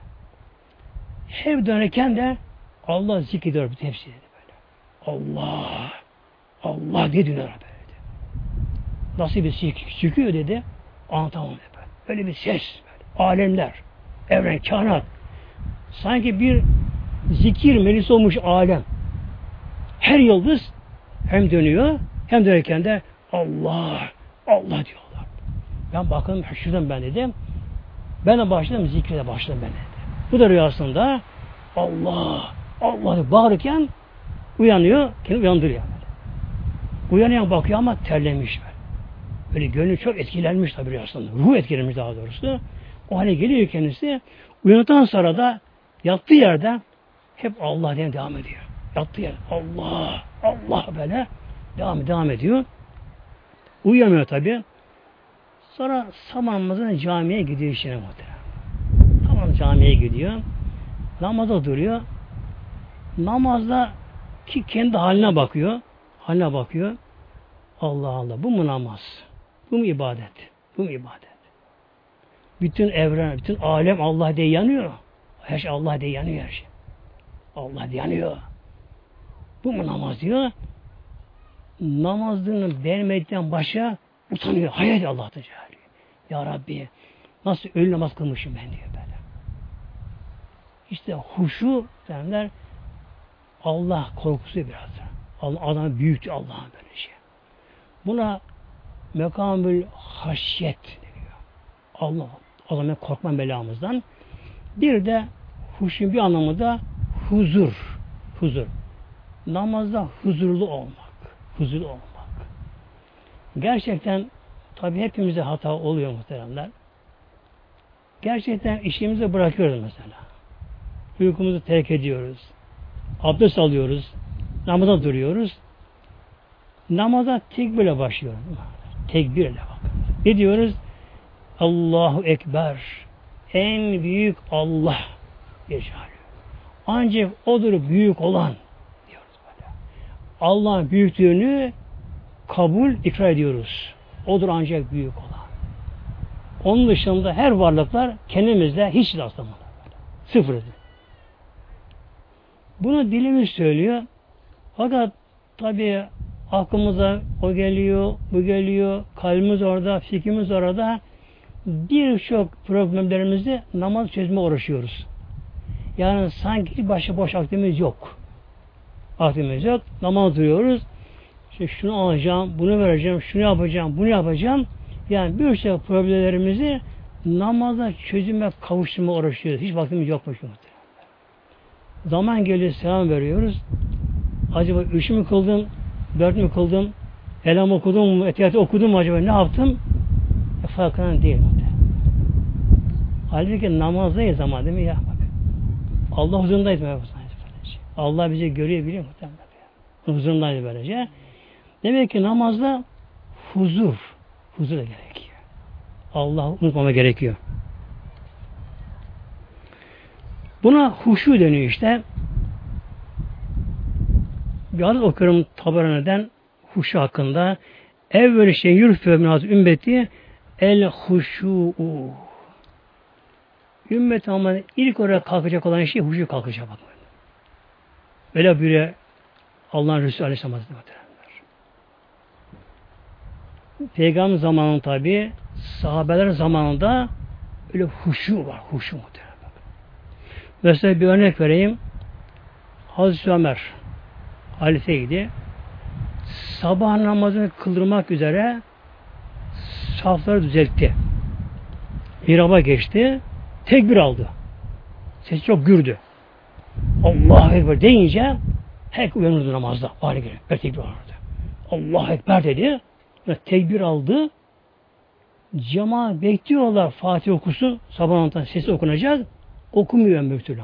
S1: Hep dönerken de Allah zikrediyor hepsi dedi böyle. Allah, Allah diye dönüyorlar böyle. Nasıl bir çıkıyor dedi. Anlatamam dedi böyle. Öyle bir ses böyle. Alemler, evren, kainat. Sanki bir zikir melisi olmuş alem. Her yıldız hem dönüyor hem dönerken de Allah, Allah diyorlar. Ben bakın şuradan ben dedim. Ben de başladım zikre başladım ben dedim. Bu da rüyasında Allah, Allah diye bağırırken uyanıyor, kendini uyandırıyor. Böyle. Uyanıyor bakıyor ama terlemiş böyle. Böyle gönlü çok etkilenmiş tabii rüyasında. Ruh etkilenmiş daha doğrusu. O hale geliyor kendisi. Uyandıktan sonra da yattığı yerde hep Allah diye devam ediyor. Yattığı yer Allah, Allah böyle devam, devam ediyor. Uyuyamıyor tabii. Sonra sabah namazına camiye gidiyor işine muhtemelen. Tamam camiye gidiyor. Namaza duruyor. Namazda ki kendi haline bakıyor. Haline bakıyor. Allah Allah bu mu namaz? Bu mu ibadet? Bu mu ibadet? Bütün evren, bütün alem Allah diye yanıyor. Her şey Allah diye yanıyor her şey. Allah diye yanıyor. Bu mu namaz diyor. Namazını beğenmedikten başa utanıyor. Hayal Allah'ta cahil. Ya Rabbi nasıl ölü namaz kılmışım ben diyor böyle. İşte huşu derler Allah korkusu biraz. Allah adam büyüktü Allah'ın böyle şey. Buna mekamül haşyet deniyor. Allah Allah'ın korkma belamızdan. Bir de huşun bir anlamı da huzur. Huzur. Namazda huzurlu olmak. Huzurlu olmak. Gerçekten tabi hepimizde hata oluyor muhteremler. Gerçekten işimizi bırakıyoruz mesela. Uykumuzu terk ediyoruz. Abdest alıyoruz. Namaza duruyoruz. Namaza tekbirle başlıyoruz. Tekbirle bak. Ne diyoruz? Allahu Ekber. En büyük Allah yaşıyor. Ancak odur büyük olan diyoruz böyle. Allah'ın büyüklüğünü kabul, ikrar ediyoruz. Odur ancak büyük olan. Onun dışında her varlıklar kendimizde hiç rastlamadı. Sıfır. Bunu dilimiz söylüyor. Fakat tabi aklımıza o geliyor, bu geliyor, kalbimiz orada, fikrimiz orada. Birçok problemlerimizi namaz çözme uğraşıyoruz. Yani sanki başıboş aklımız yok. Aklımız yok. Namaz duruyoruz. İşte şunu alacağım, bunu vereceğim, şunu yapacağım, bunu yapacağım. Yani birçok problemlerimizi namazda çözüme kavuşturma uğraşıyoruz. Hiç vaktimiz yokmuş. Zaman geliyor, selam veriyoruz. Acaba üç mü kıldım, dört mü kıldım, elam okudum mu, etiyatı okudum mu acaba, ne yaptım? E, farkında değil. Halbuki namazdayız ama değil mi ya? Bak. Allah huzurundayız. Allah bizi görüyor, biliyor muhtemelen. Huzurundayız böylece. Demek ki namazda huzur, huzur da gerekiyor. Allah'ı unutmama gerekiyor. Buna huşu deniyor işte. Bir adet okuyorum Taberani'den huşu hakkında. Evvel şey yürfü minaz ümmeti el huşu'u. Ümmet ama ilk oraya kalkacak olan şey huşu kalkacak bakın. Böyle böyle Allah'ın Resulü Aleyhisselam Hazretleri. Peygamber zamanında tabi sahabeler zamanında öyle huşu var. Huşu muhtemelen. Mesela bir örnek vereyim. Hazreti Ömer halifeydi. Sabah namazını kıldırmak üzere safları düzeltti. Mihraba geçti. Tekbir aldı. Sesi çok gürdü. Allahu Ekber deyince hep uyanırdı namazda. Bari girer. Her tekbir alırdı. Allahu Ekber dedi. Ve tekbir aldı. Cemaat bekliyorlar Fatih okusun. Sabah namazından sesi okunacak. Okumuyor Mürtülü.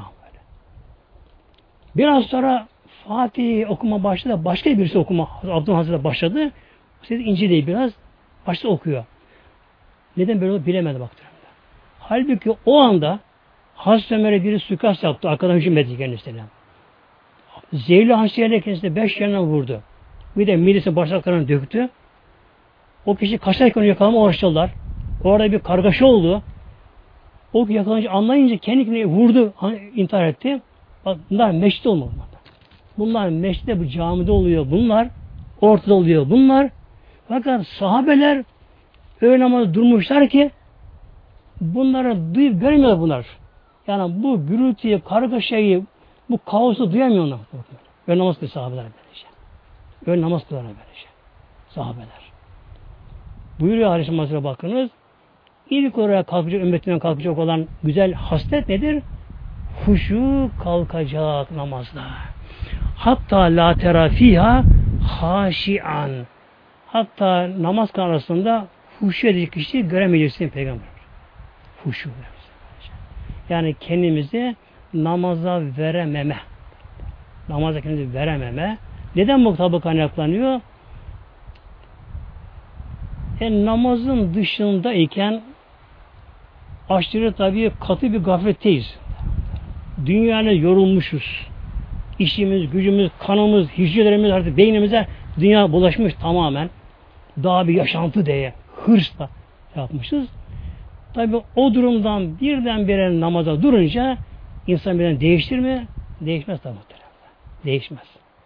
S1: Biraz sonra Fatih okuma başladı. Başka birisi okuma. Abdülhamid Hazretleri başladı. Ses ince değil biraz. Başta okuyor. Neden böyle bilemedi baktığımda. Halbuki o anda Hazreti Ömer'e biri suikast yaptı. Arkadan hücum etti kendisine. Zehirli hançerle kendisine beş yerine vurdu. Bir de millisi başlıklarını döktü. O kişi kaçarken yakalama uğraştılar. Orada bir kargaşa oldu. O yakalanınca anlayınca kendini vurdu. İntihar etti. Bak bunlar meşrit olmalı. Bunlar meşritte bu camide oluyor. Bunlar ortada oluyor. Bunlar fakat sahabeler öyle namazda durmuşlar ki bunları duyup görmüyorlar bunlar. Yani bu gürültüyü, kargaşayı, bu kaosu duyamıyorlar. Öyle namaz kılıyor sahabeler böylece. Öyle namaz kılıyorlar böylece. Sahabeler. Buyuruyor Aleyhisselam Hazretleri bakınız. İlk oraya kalkacak, ümmetinden kalkacak olan güzel haslet nedir? Huşu kalkacak namazda. Hatta la terafiha haşian. Hatta namaz arasında huşu edecek kişiyi göremeyeceksin Peygamber. Huşu. Yani kendimizi namaza verememe. Namaza kendimizi verememe. Neden bu tabi kaynaklanıyor? E, namazın dışındayken aşırı tabi katı bir gafletteyiz. Dünyayla yorulmuşuz. İşimiz, gücümüz, kanımız, hücrelerimiz artık beynimize dünya bulaşmış tamamen. Daha bir yaşantı diye hırsla yapmışız. Tabi o durumdan birdenbire namaza durunca insan birden değiştir mi? Değişmez tabi. Değişmez.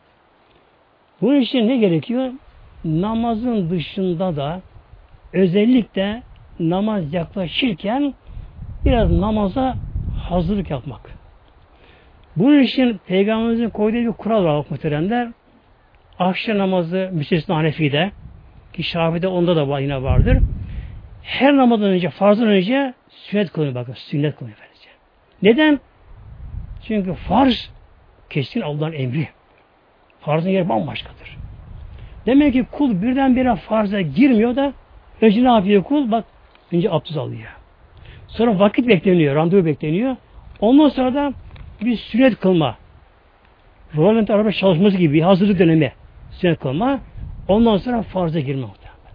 S1: Bunun için ne gerekiyor? Namazın dışında da özellikle namaz yaklaşırken biraz namaza hazırlık yapmak. Bunun için Peygamberimizin koyduğu bir kural var muhteremler. Akşam namazı müstesna Hanefi'de ki Şafii'de onda da yine vardır. Her namazdan önce, farzdan önce sünnet kılıyor bakın. Sünnet kılıyor. Neden? Çünkü farz kesin Allah'ın emri. Farzın yeri bambaşkadır. Demek ki kul birdenbire farza girmiyor da önce ne yapıyor kul? Bak önce abdest alıyor. Sonra vakit bekleniyor, randevu bekleniyor. Ondan sonra da bir sünnet kılma. Roland araba çalışması gibi bir hazırlık dönemi. Sünnet kılma. Ondan sonra farza girme.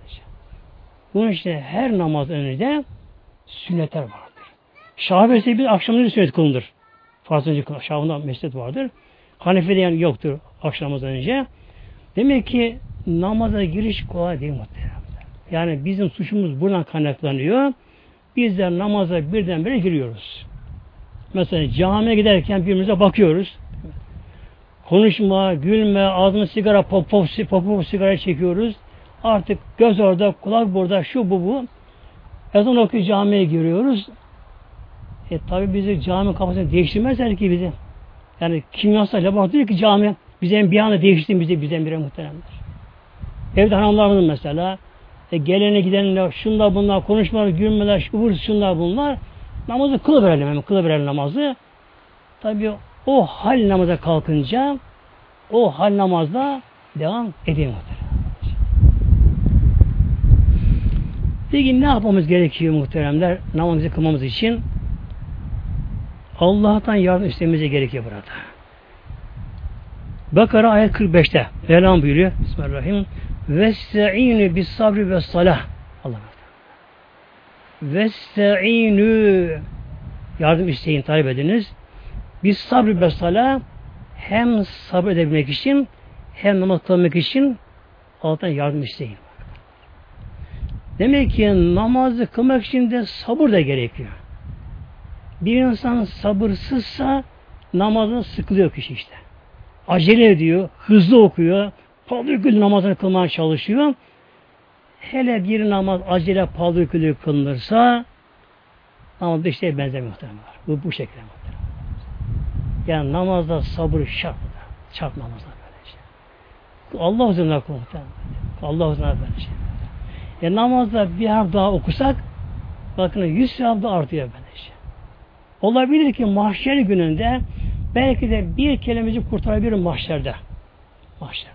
S1: Bunun için her namaz önünde sünnetler vardır. Şafii'de bir akşamları sünnet kılınır. Farz önce Şafii'de mescid vardır. Hanefi'de yani yoktur akşam namazından önce. Demek ki namaza giriş kolay değil muhtemelen. Yani bizim suçumuz buradan kaynaklanıyor. Bizler namaza birdenbire giriyoruz. Mesela camiye giderken birbirimize bakıyoruz. Konuşma, gülme, ağzına sigara, pop pop, pop, pop sigara çekiyoruz. Artık göz orada, kulak burada, şu bu bu. Ezan okuyor camiye giriyoruz. E tabi bizi cami kapısını değiştirmezler ki bizi. Yani kimyasal laboratuvar diyor ki cami bize bir anda değişti bizi bizden bire muhteremler. Evde hanımlarımızın mesela e, gelene gidenler, şunlar bunlar, konuşmalar, gülmeler, şubur, şunlar bunlar. Namazı kılıverelim hemen, kılıverelim namazı. Tabi o hal namaza kalkınca o hal namazda devam edeyim muhterem. Peki ne yapmamız gerekiyor muhteremler namazı kılmamız için? Allah'tan yardım istememize gerekiyor burada. Bakara ayet kırk beşte Mevlam buyuruyor. Bismillahirrahmanirrahim. Vesta'inu bis sabri ve salah. Allah Vesta'inu yardım isteyin, talep ediniz. Biz sabr ve sala hem sabır edebilmek için hem namaz kılmak için Allah'tan yardım isteyin. Demek ki namazı kılmak için de sabır da gerekiyor. Bir insan sabırsızsa namazını sıkılıyor kişi işte. Acele ediyor, hızlı okuyor, paldır namazını kılmaya çalışıyor. Hele bir namaz acele paldır kılınırsa namaz bir şeye benzemiyor muhtemelen. Bu, bu şekilde muhtemelen. Yani namazda sabır şart. Şart namazda böyle şey. Allah huzuruna kıl muhtemelen. Allah huzuruna böyle şey. Yani namazda bir harf daha okusak bakın yüz sevap da artıyor böyle şey. Olabilir ki mahşer gününde belki de bir kelimemizi kurtarabilir mahşerde. Mahşerde.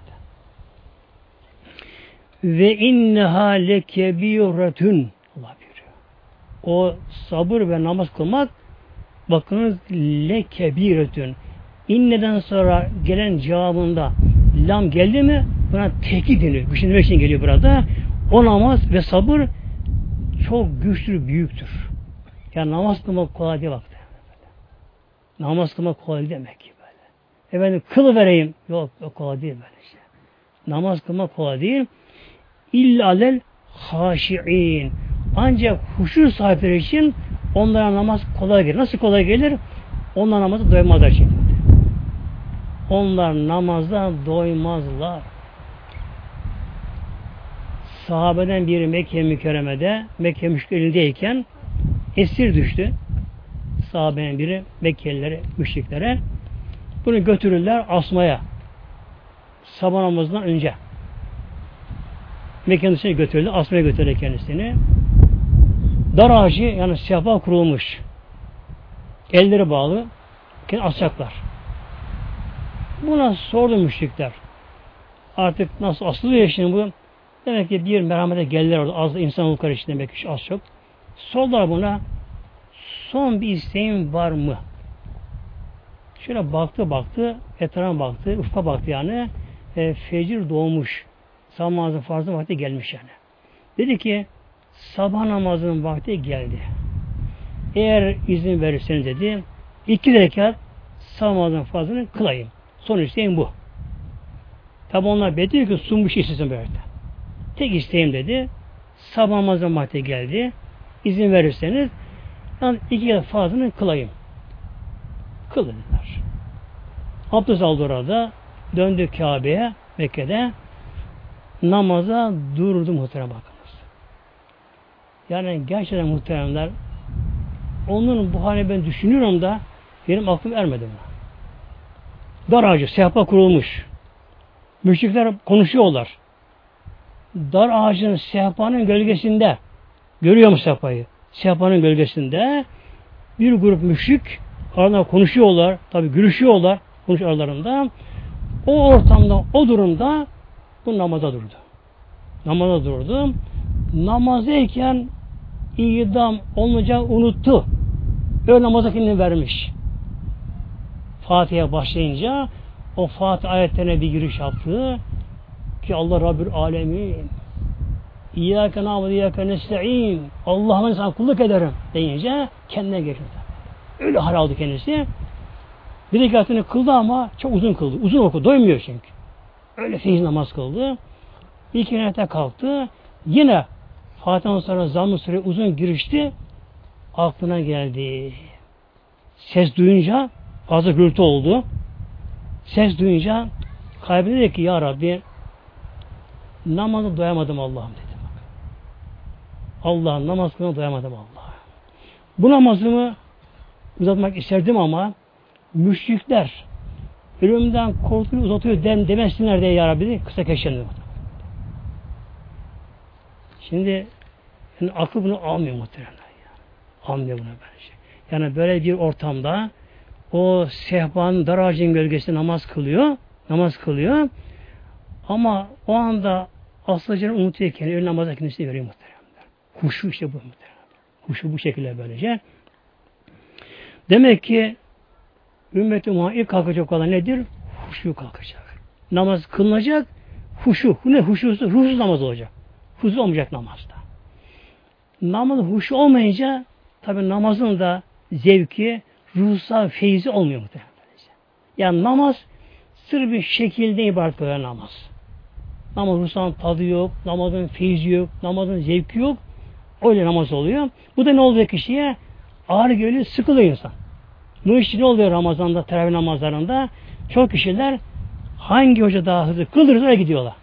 S1: Ve inneha lekebiretun Allah buyuruyor. O sabır ve namaz kılmak bakınız lekebiretun. İnneden sonra gelen cevabında lam geldi mi buna tekit deniyor. Düşünmek için geliyor burada. O namaz ve sabır çok güçlü, büyüktür. Yani namaz kılmak kolay değil bak. Namaz kılmak kolay demek ki böyle. Efendim kıl vereyim. Yok, yok kolay değil böyle şey. Namaz kılmak kolay değil. İlla'lel haşi'in. Ancak huşu sahipleri için onlara namaz kolay gelir. Nasıl kolay gelir? Onlar namazı doymazlar şimdi. Onlar namazda doymazlar. Sahabeden biri Mekke mükerremede Mekke müşriklerindeyken esir düştü. Sahabenin biri Mekkelilere, müşriklere. Bunu götürürler asmaya. Sabah namazından önce. Mekke'nin dışına götürürler. Asmaya götürürler kendisini. Dar ağacı yani sehpa kurulmuş. Elleri bağlı. Kendini asacaklar. Buna sordu müşrikler. Artık nasıl asılıyor şimdi bu? Demek ki bir merhamete geldiler orada. Az da insan oldukları için demek ki az çok. Sordular buna. Son bir isteğin var mı? Şöyle baktı baktı, etrafa baktı, ufka baktı yani. E, fecir doğmuş. Sabah namazının farzı vakti gelmiş yani. Dedi ki sabah namazının vakti geldi. Eğer izin verirseniz dedi iki rekat sabah namazının farzını kılayım. Son isteğim bu. Tabi onlar bediyor ki sunmuş istesin böyle. Tek isteğim dedi. Sabah namazının vakti geldi. İzin verirseniz yani iki rekat farzını kılayım. Kıl dediler. Abdest aldı orada. Döndü Kabe'ye Mekke'de. Namaza durdu muhterem bakınız. Yani gerçekten muhteremler onun bu halini ben düşünüyorum da benim aklım ermedi buna. Dar ağacı, sehpa kurulmuş. Müşrikler konuşuyorlar. Dar ağacının sehpanın gölgesinde görüyor mu sehpayı? Sehpanın gölgesinde bir grup müşrik aralarında konuşuyorlar. Tabi gülüşüyorlar. Konuş aralarında. O ortamda, o durumda bu namaza durdu. Namaza durdu. Namazdayken idam olmayacağı unuttu. Öyle namaza kendini vermiş. Fatiha'ya başlayınca o Fatih ayetlerine bir giriş yaptı. Ki Allah Rabbül Alemin İyyâke nâbudu İyyâke nesta'in Allah'ıma sana kulluk ederim deyince kendine geçti. Öyle hal aldı kendisi. Bir rekatını kıldı ama çok uzun kıldı. Uzun okudu. Doymuyor çünkü. Öyle feyiz namaz kıldı. İlk rekata kalktı. Yine Fatiha'dan sonra zamm-ı sure uzun girişti. Aklına geldi. Ses duyunca fazla gürültü oldu. Ses duyunca kalbine dedi ki ya Rabbi namazı doyamadım Allah'ım dedi. Allah'ım namaz kılına doyamadım Allah'ım. Bu namazımı uzatmak isterdim ama müşrikler ölümden korkuyu uzatıyor dem demesinler diye ya Rabbi kısa keşfedildi. Şimdi yani akıl bunu almıyor muhtemelen. Yani. Almıyor bunu böyle. Yani böyle bir ortamda o sehpanın dar ağacın gölgesinde namaz kılıyor. Namaz kılıyor. Ama o anda aslıcını unutuyorken öyle namaza kendisini veriyor muhtemelen. Huşu işte bu muhtemelen. Huşu bu şekilde böylece. Demek ki ümmet-i Muhammed ilk kalkacak olan nedir? Huşu kalkacak. Namaz kılınacak. Huşu. Ne huşusu? Ruhsuz namaz olacak. Huzur olmayacak namazda. Namaz huşu olmayınca tabi namazın da zevki, ruhsal feyzi olmuyor muhtemelen. Yani namaz sır bir şekilde ibaret böyle namaz. Namaz ruhsal tadı yok, namazın feyzi yok, namazın zevki yok. Öyle namaz oluyor. Bu da ne oluyor kişiye? Ağır geliyor, sıkılıyor insan. Bu iş ne oluyor Ramazan'da, teravih namazlarında? Çok kişiler hangi hoca daha hızlı kıldırırsa öyle gidiyorlar.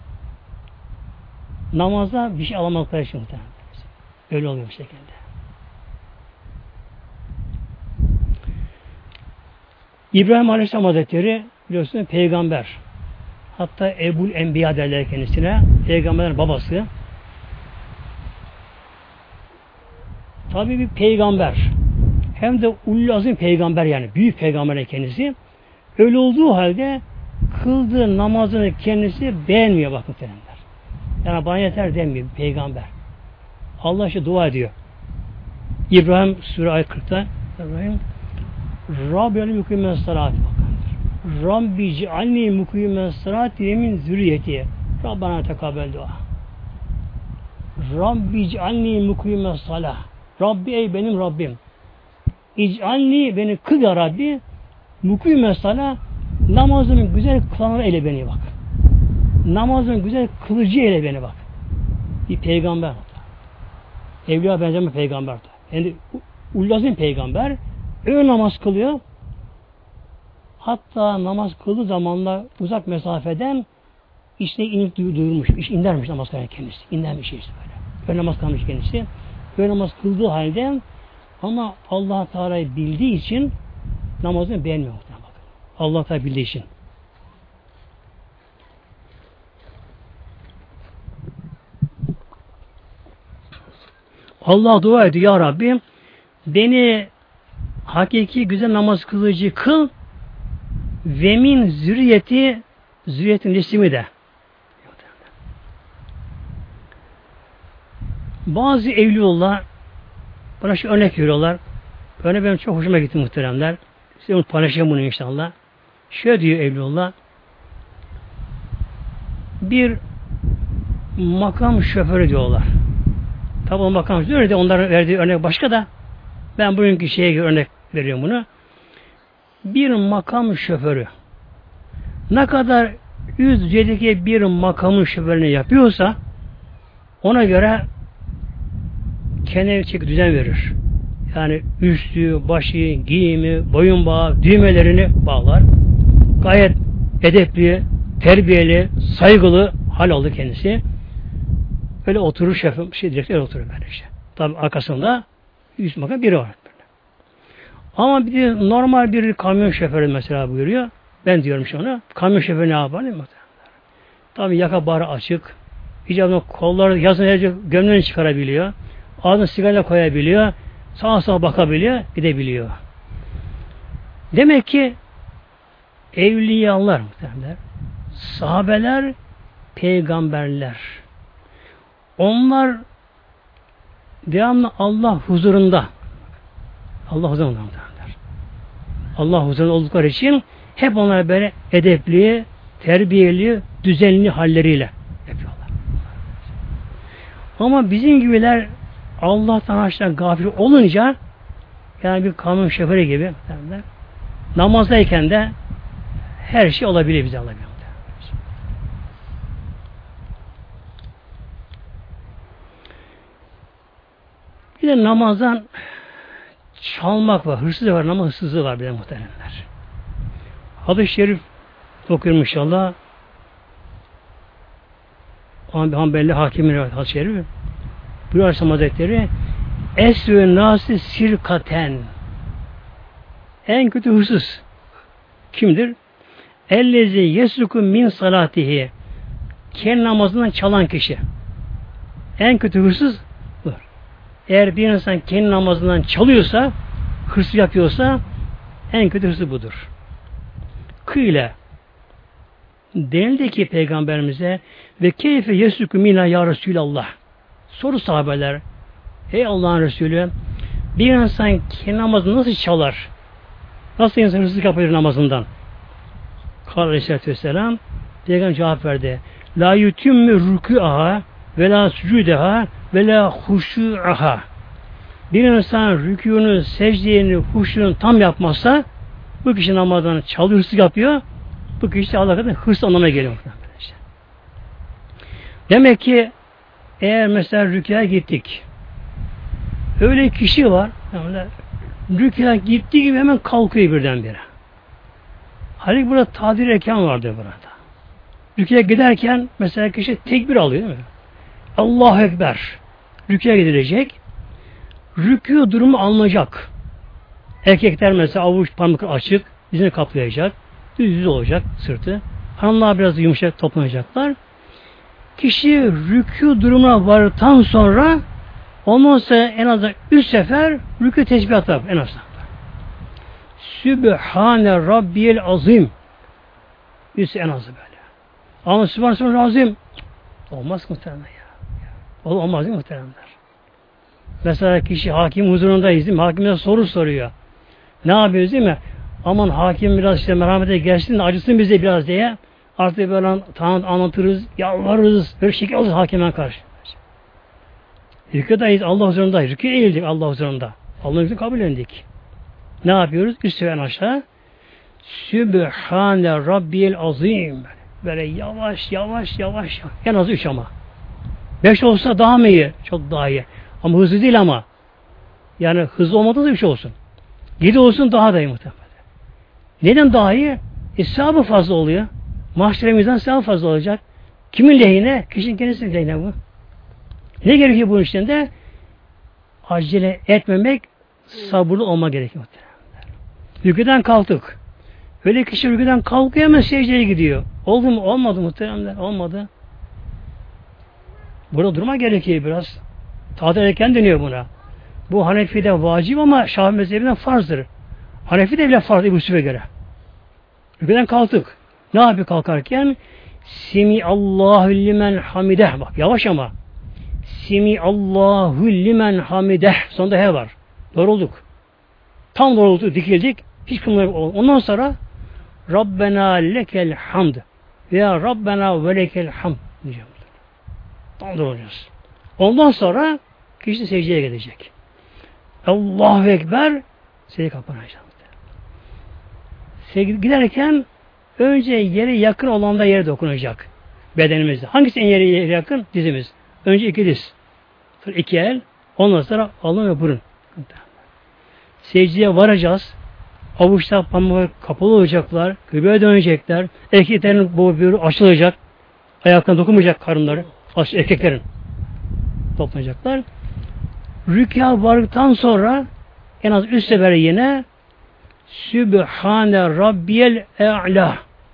S1: Namazda bir şey alamadıkları için muhtemelen. Öyle oluyor bu şekilde. İbrahim Aleyhisselam Hazretleri biliyorsunuz peygamber. Hatta Ebul Enbiya derler kendisine. Peygamberlerin babası. Tabi bir peygamber. Hem de ulul azim peygamber yani. Büyük peygamber kendisi. Öyle olduğu halde kıldığı namazını kendisi beğenmiyor bakın terimler. Yani bana yeter demiyor peygamber. Allah işte dua ediyor. İbrahim Sure ayet kırkta İbrahim Rabbiyal mukimmen salati bakın. Rabbi cealni mukimmen salati ve min zürriyeti. Rabbana tekabel dua. Rabbi cealni mukimmen salah. Rabbi ey benim Rabbim. İc'alni beni kıl ya Rabbi. Mukimmen salah. Namazını güzel kılanlar eyle beni bak. Namazını güzel kılıcı eyle beni bak. Bir peygamber. Evliya benzeme peygamber. Yani ulazim peygamber. Öyle namaz kılıyor. Hatta namaz kıldığı zamanla uzak mesafeden işte inip duyurmuş. İşte indermiş namaz kılan kendisi. İndermiş işte böyle. Öyle namaz kılmış kendisi. Öyle namaz kıldığı halde ama Allah Teala'yı bildiği için namazını beğenmiyor. Allah Teala bildiği için. Allah dua ediyor ya Rabbi beni hakiki güzel namaz kılıcı kıl ve min zürriyeti zürriyetin resmi de. Bazı evliyaullah bana şu örnek veriyorlar. Örneğin benim çok hoşuma gitti muhteremler. Size onu paylaşayım bunu inşallah. Şöyle diyor evliyaullah. Bir makam şoförü diyorlar. Tabi o makam şoförü de onların verdiği örnek başka da ben bugünkü şeye göre örnek veriyorum bunu. Bir makam şoförü ne kadar üst düzeydeki bir makamın şoförünü yapıyorsa ona göre kendine çeki düzen verir. Yani üstü, başı, giyimi, boyun bağı, düğmelerini bağlar. Gayet edepli, terbiyeli, saygılı hal aldı kendisi. Öyle oturur şefim, şey direktör oturur böyle işte. Tabi arkasında üst makam biri var. Böyle. Ama bir de normal bir kamyon şoförü mesela buyuruyor. Ben diyorum şu ona. Kamyon şoförü ne yapar değil mi? Tabi yaka barı açık. İcabında kolları yazın herce gömleğini çıkarabiliyor. Ağzına sigara koyabiliyor. Sağa sağa bakabiliyor. Gidebiliyor. Demek ki evliyalar muhtemelen sahabeler peygamberler. Onlar devamlı Allah huzurunda Allah huzurunda muhtemelenler. Allah huzurunda oldukları için hep onlar böyle edepli, terbiyeli, düzenli halleriyle yapıyorlar. Ama bizim gibiler Allah'tan aşağı gafil olunca yani bir kamyon şoförü gibi muhtemelen namazdayken de her şey olabilir bize alabilir. Bir de namazdan çalmak var, hırsız var, namaz hırsızlığı var bir de muhtemelenler. Hadis-i şerif okuyorum inşallah. Hanbeli Hakimin hadis-i şerifi. Buyuruyor Aleyhisselam Hazretleri Esvü nâsi sirkaten en kötü hırsız kimdir? Ellezi yesluku min salatihi kendi namazından çalan kişi. En kötü hırsız bu. Eğer bir insan kendi namazından çalıyorsa, hırsız yapıyorsa en kötü hırsız budur. Kıyle denildi ki Peygamberimize ve keyfe yesluku mina ya Resulallah. Soru sahabeler ey Allah'ın Resulü bir insan kendi namazını nasıl çalar? Nasıl insan hırsızlık yapıyor namazından? Kâle Aleyhisselatü Vesselam Peygamber cevap verdi. La yutimmü rükû'aha ve la sucudeha ve la huşû'aha Bir insan rükûnu, secdeyini, huşunu tam yapmazsa bu kişi namazdan çalıyor, hırsızlık yapıyor. Bu kişi Allah'a kadar hırs anlamına geliyor. Demek ki eğer mesela rükûya gittik. Öyle kişi var. Yani rükûya gittiği gibi hemen kalkıyor birdenbire. Halbuki burada tadir erken vardır burada. Rükûya giderken mesela kişi tekbir alıyor değil mi? Allahu Ekber. Rükûya gidilecek. Rükû durumu alınacak. Erkekler mesela avuç parmakları açık, dizini kaplayacak, düz düz olacak sırtı. Hanımlar biraz yumuşak toplanacaklar. Kişi rükû durumuna vardıktan sonra ondan sonra en azından üç sefer rükû tesbihat yapar en azından. Sübhane Rabbiyel Azim. Üç en azı böyle. Ama Sübhane Rabbiyel olmaz muhtemelen ya. Olmaz değil mi muhtemelen? Mesela kişi hakim huzurundayız değil mi? Hakimine soru soruyor. Ne yapıyoruz değil mi? Aman hakim biraz işte merhamete gelsin de acısın bize biraz diye artık böyle tamam anlatırız, yalvarırız, böyle şekil alırız hakime karşı. Rükûdayız, Allah huzurundayız. Rükû eğildik Allah huzurunda. Allah'ın huzurunu kabul ettik. Ne yapıyoruz? Üst seviyen aşağı. Sübhane Rabbiyel Azim. Böyle yavaş yavaş yavaş. En az üç ama. Beş olsa daha mı iyi? Çok daha iyi. Ama hızlı değil ama. Yani hızlı olmadan da üç olsun. Yedi olsun daha da iyi muhtemelen. Neden daha iyi? E sevabı fazla oluyor. Mahşeremizden sevabı fazla olacak. Kimin lehine? Kişinin kendisinin lehine bu. Ne gerekiyor bunun içinde? Acele etmemek, sabırlı olma gerekiyor. Rükûden kalktık. Öyle kişi rükûden kalkıyor hemen secdeye gidiyor. Oldu mu? Olmadı muhtemelen. Olmadı. Burada durma gerekiyor biraz. Tatil erken deniyor buna. Bu Hanefi'de vacip ama Şafii mezhebinden farzdır. Hanefi'de bile farz Ebu Yusuf'a göre. Rükûden kalktık. Ne yapıyor kalkarken? Simi Allahu limen hamideh. Bak yavaş ama. Simi Allahu limen hamideh. Sonunda he var. Doğrulduk. Tam doğrulduk, dikildik. Hiç kımlar olmadı. Ondan sonra Rabbena lekel hamd veya Rabbena ve lekel hamd diyeceğim. Tam doğrulacağız. Ondan sonra kişi secdeye gidecek. Allahu Ekber secdeye kapanacak. Secdeye giderken önce yere yakın olan da yere dokunacak. Bedenimizde. Hangisi en yere, yere yakın? Dizimiz. Önce iki diz. Sonra iki el. Ondan sonra alın ve burun. Secdeye varacağız. Avuçta parmaklar kapalı olacaklar. Göbeğe dönecekler. Erkeklerin boğu açılacak. Ayaklarına dokunmayacak karınları. Erkeklerin toplanacaklar. Rükûa vardıktan sonra en az üst sefer yine Sübhane Rabbiyel E'la.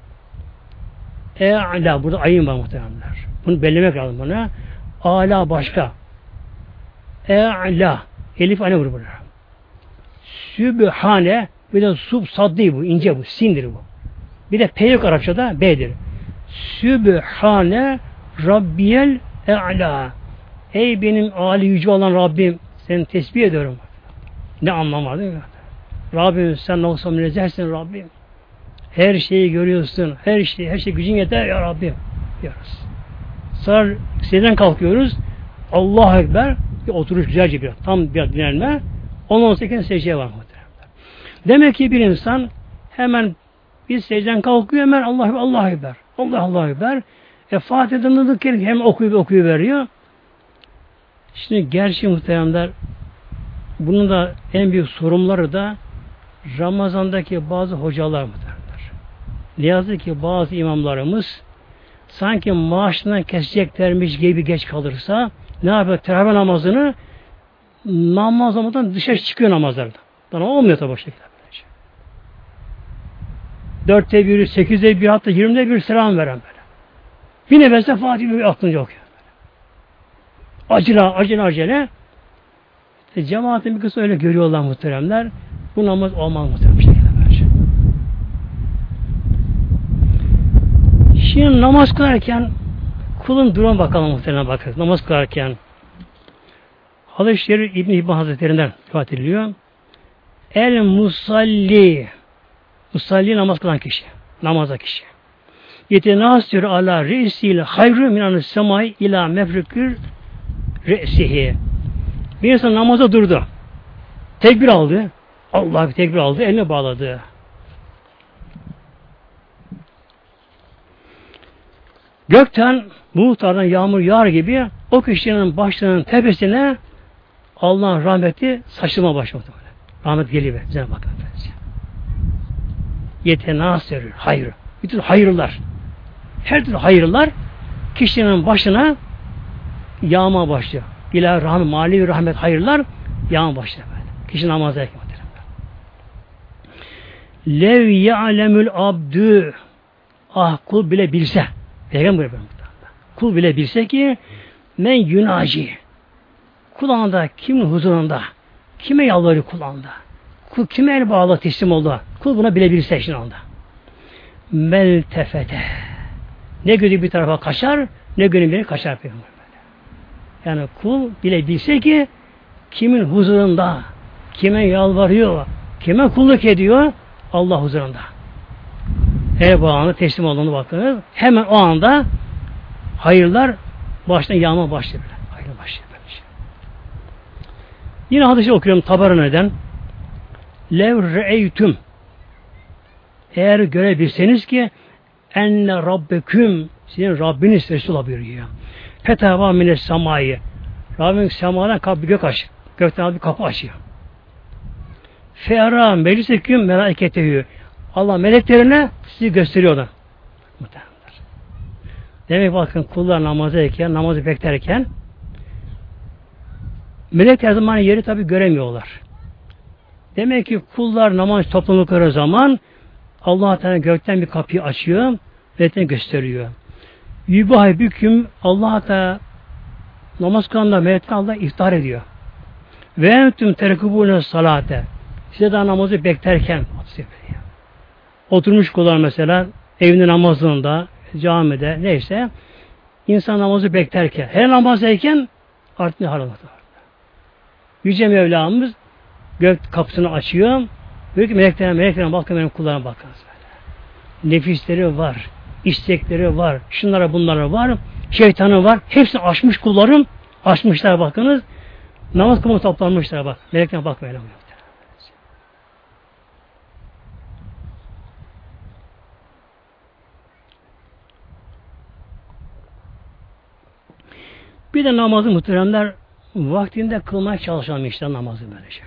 S1: E'la. Burada ayın var muhtemelenler. Bunu bellemek lazım bana. A'la başka. E'la. Elif anne vurur burada. Sübhane. Bir de sub sad değil bu. İnce bu. Sindir bu. Bir de P yok Arapçada. B'dir. Sübhane Rabbiyel E'la. Ey benim âli yüce olan Rabbim, seni tesbih ediyorum. Ne anlam var değil mi? Rabbim sen olsa münezzehsin Rabbim. Her şeyi görüyorsun. Her şey, her şey gücün yeter ya Rabbim. Diyoruz. Sonra secdeden kalkıyoruz. Allahu Ekber. Bir oturuş güzelce bir. Tam bir dinlenme. Ondan sonra secdeye var. Demek ki bir insan hemen bir secden kalkıyor hemen Allah Allah Ekber. Allah Allah Ekber. E Fatiha'dan dıdık hem okuyup okuyup veriyor. Şimdi gerçi muhteremler bunun da en büyük sorumluları da Ramazan'daki bazı hocalar muhteremler. Ne yazık ki bazı imamlarımız sanki maaşından keseceklermiş gibi geç kalırsa ne yapıyor? Teravih namazını namaz olmadan dışarı çıkıyor namazlardan. Daha olmuyor tabi o şekilde. Dörtte biri, sekizde bir, hatta yirmide bir selam veren böyle. Bir nefeste Fatih bir aklınca okuyor. Acele, acele, acele. İşte cemaatin bir kısmı öyle görüyorlar muhteremler. Bu namaz olmaz muhterem bir şekilde bence. Şimdi namaz kılarken kulun duruma bakalım muhterem bakarız. Namaz kılarken Hadis-i Şerif İbn-i İbn Hazretlerinden rivayet ediliyor. El musalli musalli namaz kılan kişi. Namaza kişi. Yetenasir ala re'siyle hayru minanı semai ila mefrikür re'sihi. Bir insan namaza durdu. Tekbir aldı. Allah bir tekbir aldı. Eline bağladı. Gökten bulutlardan yağmur yağar gibi o kişinin başlarının tepesine Allah'ın rahmeti saçılma başladı. Rahmet geliyor. Cenab-ı Hak Efendimiz. Yetenasır. Hayır. Bütün hayırlar. Her türlü hayırlar kişinin başına yağma başlıyor. İlahi rahmet, mali rahmet, hayırlar yağma başlıyor. Böyle. Kişi namazda erken. Lev ya'lemül abdü, ah kul bile bilse, Peygamber kul bile bilse ki men yunaci, kulağında kimin huzurunda, kime yalvarıyor kulağında, kul kime el bağlı teslim oldu, kul buna bile bilse şimdi anda. Mel tefete, ne gözü bir tarafa kaçar, ne gönül biri kaçar Peygamber. Yani kul bile bilse ki kimin huzurunda, kime yalvarıyor, kime kulluk ediyor, Allah huzurunda. Her bağını teslim olduğunu bakınız. Hemen o anda hayırlar baştan yağma başlıyor. Hayırlar başlıyor. Böyle. Yine hadisi okuyorum Tabarani'den. Lev re'eytüm, eğer görebilseniz ki enne rabbeküm, sizin Rabbiniz Resulullah buyuruyor. Fetava mines samayı, Rabbim semadan kapı gök aç. Gökten bir kapı açıyor. Fe'ara mecliseküm melaiketehü, Allah meleklerine sizi gösteriyorlar. Demek bakın kullar namazdayken, namazı beklerken melek her zaman yeri tabi göremiyorlar. Demek ki kullar namaz toplulukları zaman Allah Teala gökten bir kapıyı açıyor, meleklerine gösteriyor. Yübahi büküm Allah Teala namaz kılanlar melekler Allah iftar ediyor. Ve entüm terekubune salate, size daha namazı beklerken oturmuş kullar mesela evinde namazında, camide neyse insan namazı beklerken, her namazdayken artık ne hal Yüce Mevlamız gök kapısını açıyor. Diyor ki meleklerine, meleklerine bakın, benim kullarına bakınız böyle. Nefisleri var, istekleri var, şunlara bunlara var, şeytanı var. Hepsini aşmış kullarım, aşmışlar bakınız. Namaz kılmaya toplanmışlar bak. Meleklerine bakmayalım. Bir de namazı muhteremler vaktinde kılmaya çalışalım işte namazı böylece.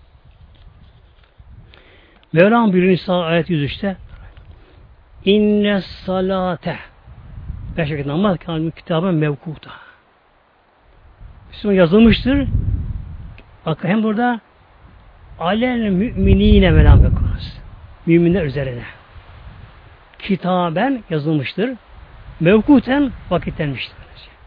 S1: Mevlam bir Nisa ayet yüz üçte İnne salate beş vakit namaz kalbi kitabın mevkuta. Müslüman yazılmıştır. Bak hem burada alel müminine Mevlam bekliyoruz. Müminler üzerine. Kitaben yazılmıştır. Mevkuten vakitlenmiştir.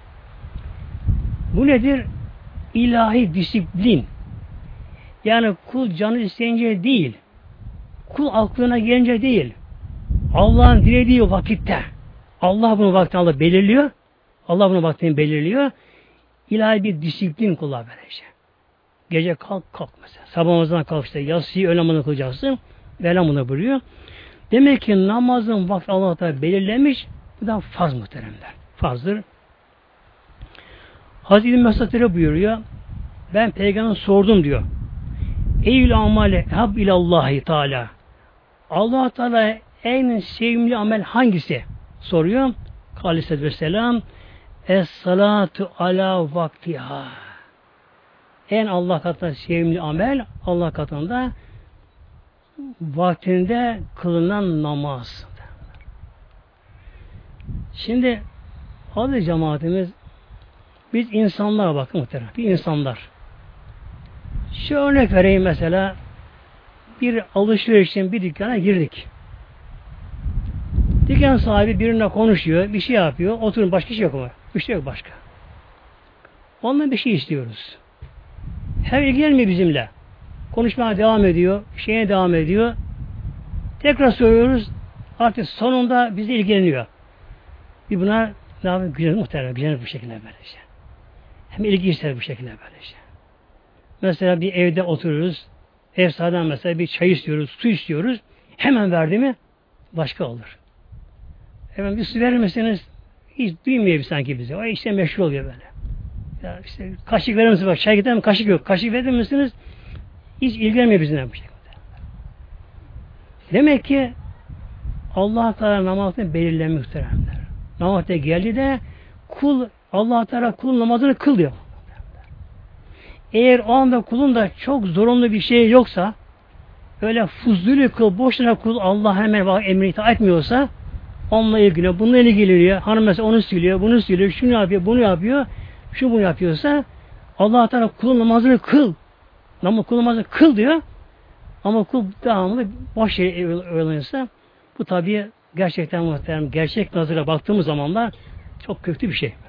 S1: Bu nedir? İlahi disiplin. Yani kul canı isteyince değil. Kul aklına gelince değil. Allah'ın dilediği vakitte. Allah bunu vaktini Allah belirliyor. Allah bunu vaktini belirliyor. İlahi bir disiplin kula böylece. Gece kalk kalk mesela. Sabah namazından kalk işte. Yatsıyı öğle namazını kılacaksın. Mevlam bunu buyuruyor. Demek ki namazın vakti Allah Teala belirlemiş. Bu da farz muhteremler. Farzdır. Hazreti Mesatire buyuruyor. Ben Peygamber'e sordum diyor. Eyyül amale hab ilallahi Teala. Allah Teala en sevimli amel hangisi? Soruyor. Aleyhisselatü vesselam es-salatu ala vaktiha. En Allah katında sevimli amel Allah katında vaktinde kılınan namaz. Şimdi aziz cemaatimiz biz insanlara bakın muhtemelen. Bir insanlar. Şu örnek vereyim mesela. Bir alışveriş için bir dükkana girdik. Dükkan sahibi birine konuşuyor, bir şey yapıyor. Oturun başka şey yok mu? Bir şey yok başka. Ondan bir şey istiyoruz. Her ilgilenmiyor bizimle. Konuşmaya devam ediyor, şeye devam ediyor. Tekrar soruyoruz. Artık sonunda bizi ilgileniyor. Bir buna ne yapıyor? Güzel muhtemelen, güzel bir şekilde böylece. Hem ilgi ister bu şekilde böylece. Mesela bir evde oturuyoruz. Ev sahibinden mesela bir çay istiyoruz, su istiyoruz. Hemen verdi mi başka olur. Hemen bir su verir misiniz? Hiç duymuyor sanki bize. O işte meşhur oluyor böyle. Ya işte kaşık verir misiniz? Bak çay gider mi? Kaşık yok. Kaşık verir misiniz? Hiç ilgilenmiyor bizimle bu şekilde. Demek ki Allah Teala namazını belirlemiş muhteremler. Namazda geldi de kul Allah Teala kulun namazını kıl diyor. Eğer o anda kulun da çok zorunlu bir şey yoksa, öyle fuzuli kıl, boşuna kul Allah hemen bak emrine itaat etmiyorsa, onunla ilgili, bununla ilgileniyor. Hanım mesela onu siliyor, bunu siliyor, şunu yapıyor, bunu yapıyor, şu bunu yapıyorsa, Allah Teala kulun namazını kıl. Namaz kulun namazını kıl diyor. Ama kul devamlı boş yere öğrenirse, bu tabii gerçekten muhterem, gerçek nazara baktığımız zamanlar çok kötü bir şey.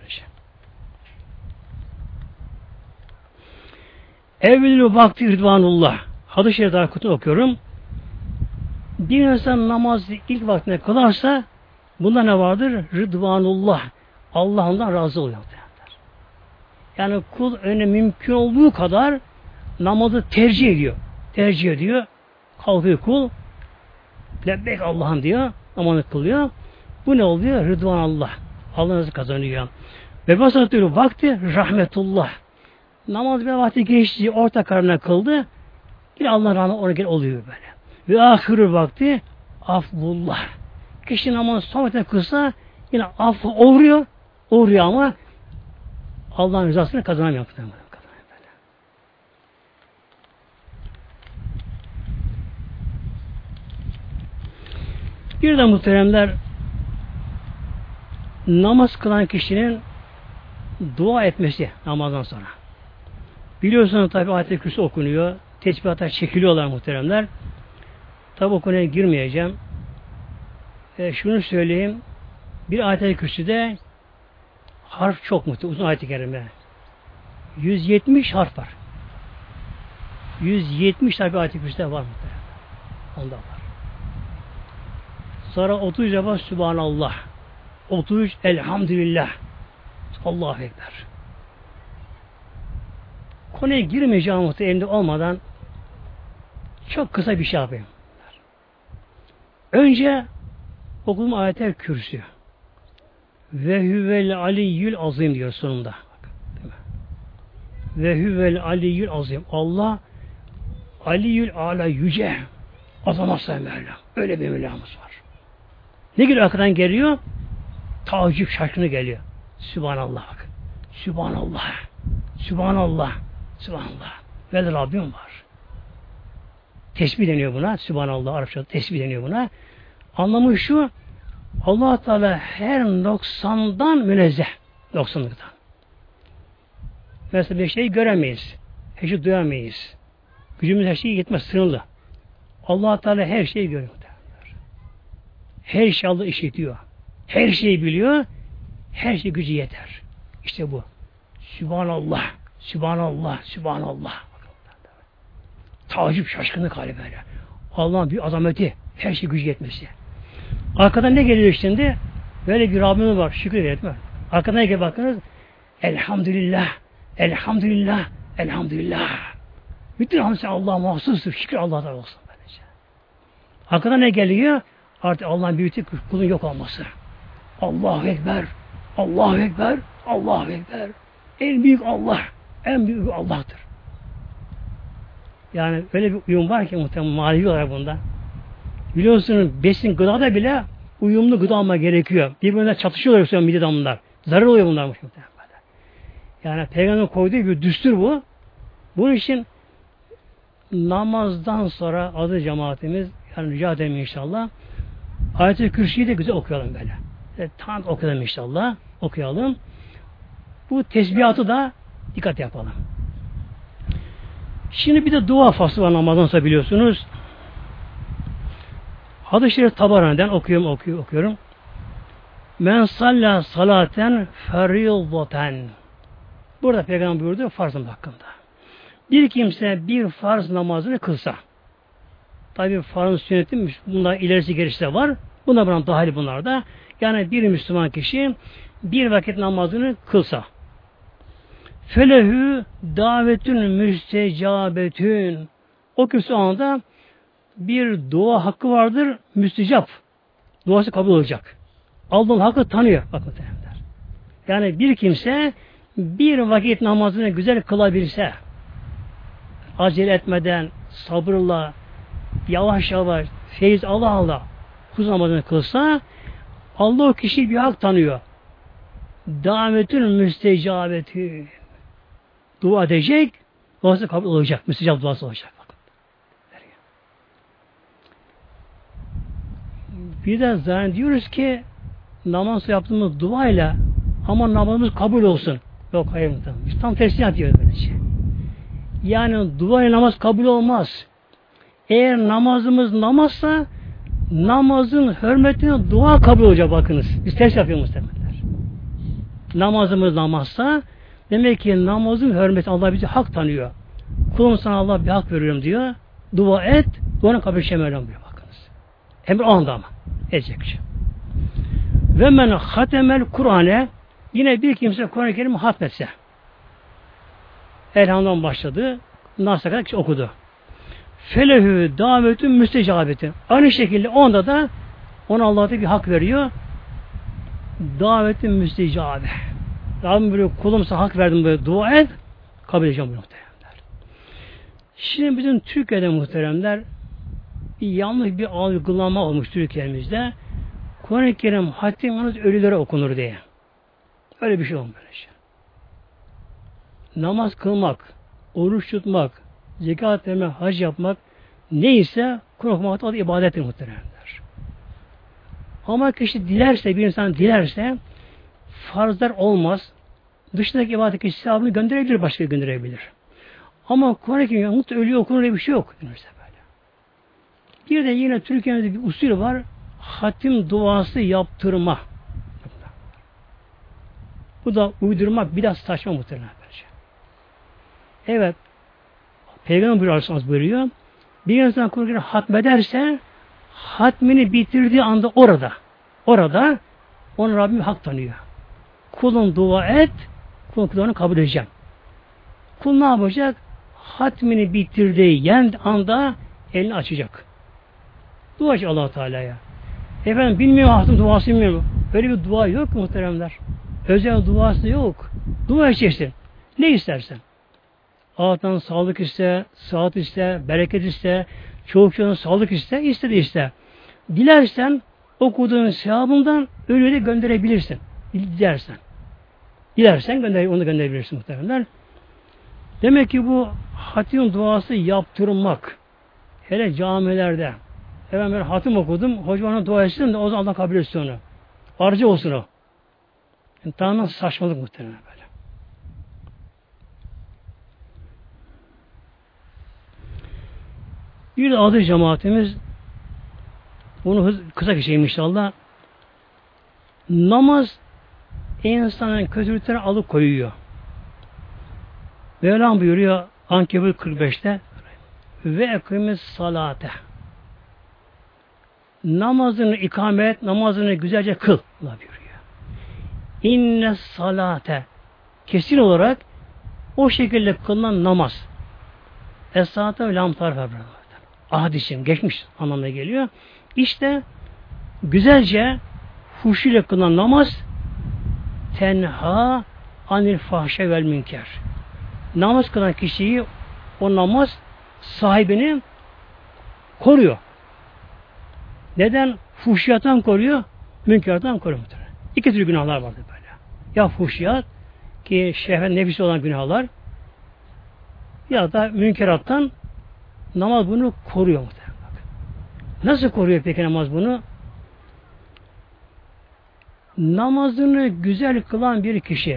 S1: Evvelü vakti rıdvanullah. Hadis-i Şerif'te akıtını okuyorum. Bir insan namazı ilk vaktine kılarsa bunda ne vardır? Rıdvanullah. Allah ondan razı oluyor. Yani kul öyle mümkün olduğu kadar namazı tercih ediyor. Tercih ediyor. Kalkıyor kul. Lebbek Allah'ım diyor. Namazı kılıyor. Bu ne oluyor? Rıdvanullah. Allah razı kazanıyor. Ve basatıyor vakti rahmetullah. Namaz bir vakti geçti, orta karına kıldı. Yine Allah'ın rahmeti ona gel oluyor böyle. Ve ahirü vakti aflullah. Kişi namazı son vakti kılsa yine affı uğruyor. Uğruyor ama Allah'ın rızasını kazanamıyor. Bir de muhteremler, namaz kılan kişinin dua etmesi namazdan sonra. Biliyorsunuz tabi ayet-i kürsü okunuyor. Tesbihatlar çekiliyorlar muhteremler. Tabi o konuya girmeyeceğim. E, şunu söyleyeyim. Bir ayet-i kürsüde harf çok muhtemelen. Uzun ayet-i kerime. yüz yetmiş harf var. yüz yetmiş tabi ayet-i kürsüde var muhtemelen. Onda var. Sonra otuz üç defa Sübhanallah. otuz üç Elhamdülillah. Allahu Ekber. Konuya girmeyeceğim muhtemelen elinde olmadan çok kısa bir şey yapayım. Önce okuduğum ayet-el kürsü. Ve huvel aliyyül azim diyor sonunda. Ve huvel aliyyül azim. Allah aliyyül ala yüce. Azamat sayın Mevlam. Öyle bir Mevlamız var. Ne geliyor arkadan geliyor? Tacip şaşkını geliyor. Sübhanallah. Sübhanallah. Sübhanallah. Sübhanallah. Ve Rabbim var. Tesbih deniyor buna. Sübhanallah. Arapçada tesbih deniyor buna. Anlamı şu, Allah Teala her noksandan münezzeh. Noksanlıktan. Mesela bir şeyi göremeyiz. Her şeyi duyamayız. Gücümüz her şeye yetmez. Sınırlı. Allah Teala her şeyi görüyor. Her şeyi Allah işitiyor. Her şeyi biliyor. Her şey gücü yeter. İşte bu. Sübhanallah. Sübhanallah. Sübhanallah. Tacip şaşkınlık hali böyle. Allah'ın bir azameti. Her şey gücü yetmesi. Arkadan ne geliyor şimdi? Böyle bir Rabbimiz var. Şükür ederim. Arkadan ne geliyor bakınız? Elhamdülillah. Elhamdülillah. Elhamdülillah. Bütün hamdü Allah'a mahsustur. Şükür Allah'tan olsun. Böylece. Arkadan ne geliyor? Artık Allah'ın büyütü kulun yok olması. Allahu Ekber. Allahu Ekber. Allahu Ekber. En büyük Allah. En büyük Allah'tır. Yani öyle bir uyum var ki muhtemelen manevi olarak bunda. Biliyorsunuz besin gıdada bile uyumlu gıda alma gerekiyor. Birbirine çatışıyorlar mide damlar. Zarar oluyor bunlar muhtemelen. Yani Peygamber'in koyduğu bir düstur bu. Bunun için namazdan sonra adı cemaatimiz yani rica edelim inşallah. Ayet-i Kürsü'yü de güzel okuyalım böyle. E, tam okuyalım inşallah. Okuyalım. Bu tesbihatı da dikkat yapalım. Şimdi bir de dua faslı var namazdan sonra biliyorsunuz. Hadis-i Şerif Tabarani'den okuyorum, okuyorum, okuyorum. Men salla salaten feriyozaten. Burada Peygamber buyurdu farzın hakkında. Bir kimse bir farz namazını kılsa, tabi farzın sünneti bunlar ilerisi gerisi de var. Bunlar buna dahil bunlar da. Yani bir Müslüman kişi bir vakit namazını kılsa, felehü davetün müstecabetün. O kimse anda bir dua hakkı vardır, müstecap. Duası kabul olacak. Allah'ın hakkı tanıyor. Bakın der. Yani bir kimse bir vakit namazını güzel kılabilse, acele etmeden, sabırla, yavaş yavaş, feyiz Allah Allah huzur namazını kılsa, Allah o kişiyi bir hak tanıyor. Davetün müstecabeti. Dua edecek, duası kabul olacak. Müstecab duası olacak. Bir de zannediyoruz ki namaz yaptığımız duayla ama namazımız kabul olsun. Yok, hayır. Biz tam tersini yapıyoruz böylece. Yani dua ile namaz kabul olmaz. Eğer namazımız namazsa namazın hürmetine dua kabul olacak bakınız. Biz ters yapıyoruz muhtemelenler. Namazımız namazsa demek ki namazın hürmeti Allah bizi hak tanıyor. Kulum sana Allah bir hak veriyorum diyor. Dua et, duanın kabul şemerlen diyor bakınız. Emir o anda ama. Edecek şey. Ve men hatemel Kur'an'e yine bir kimse Kur'an-ı Kerim'i hatmetse. Elhamdan başladı. Nas'a kadar kişi okudu. Felehü davetün müstecabeti. Aynı şekilde onda da ona Allah'ta bir hak veriyor. Davetin müstecabe. Rabbim böyle kulum sana hak verdim böyle dua et. Kabul edeceğim bu muhteremler. Şimdi bizim Türkiye'de muhteremler bir yanlış bir algılama olmuş Türkiye'mizde. Kur'an-ı Kerim hatim yalnız ölülere okunur diye. Öyle bir şey olmuyor. Şey. Namaz kılmak, oruç tutmak, zekat vermek, hac yapmak neyse Kur'an okumak adı ibadettir muhteremler. Ama kişi dilerse, bir insan dilerse farzlar olmaz. Dışındaki ibadet kişi sevabını gönderebilir, başka gönderebilir. Ama Kur'an-ı Kerim mutlu ölüyor okunur diye bir şey yok. Bir de yine Türkiye'mizde bir usul var. Hatim duası yaptırma. Bu da uydurmak biraz saçma muhtemelen. Evet. Peygamber buyuruyor, buyuruyor. Bir insan Kur'an'ı hatmederse hatmini bitirdiği anda orada orada onu Rabbim hak tanıyor. Kulun dua et, kulun duanı kabul edeceğim. Kul ne yapacak? Hatmini bitirdiği yen anda elini açacak. Dua edecek Allah-u Teala'ya. Efendim bilmiyor hatım duası bilmiyor. Öyle bir dua yok muhteremler. Özel duası yok. Dua edeceksin. Ne istersen. Allah'tan sağlık iste, sıhhat iste, bereket iste, çoluk çocuğun sağlık iste, istedi iste. Dilersen okuduğun sevabından ölüye de gönderebilirsin. Dilersen. Dilersen gönder, onu gönderebilirsin muhtemelen. Demek ki bu hatim duası yaptırmak, hele camilerde, evet ben hatim okudum, hoca ona dua etsin de o zaman Allah kabul etsin onu. Arıcı olsun o. Yani tamamen saçmalık muhtemelen böyle. Bir de adı cemaatimiz, bunu hız, kısa geçeyim inşallah. Namaz insanın kötülükleri alıkoyuyor. Mevlam buyuruyor Ankebut kırk beşte ve ekimiz salate. Namazını ikamet, namazını güzelce kıl. Allah buyuruyor. İnne salate. Kesin olarak o şekilde kılınan namaz. Es-salate ve lam tarif var. Ahad için geçmiş anlamına geliyor. İşte güzelce huşuyla kılınan namaz tenha anil fahşe vel münker. Namaz kılan kişiyi o namaz sahibini koruyor. Neden? Fuhşiyattan koruyor, münkerden koruyor. İki tür günahlar vardır böyle. Ya fuhşiyat ki şehvet nefisi olan günahlar ya da münkerattan namaz bunu koruyor. Nasıl koruyor peki namaz bunu? Namazını güzel kılan bir kişi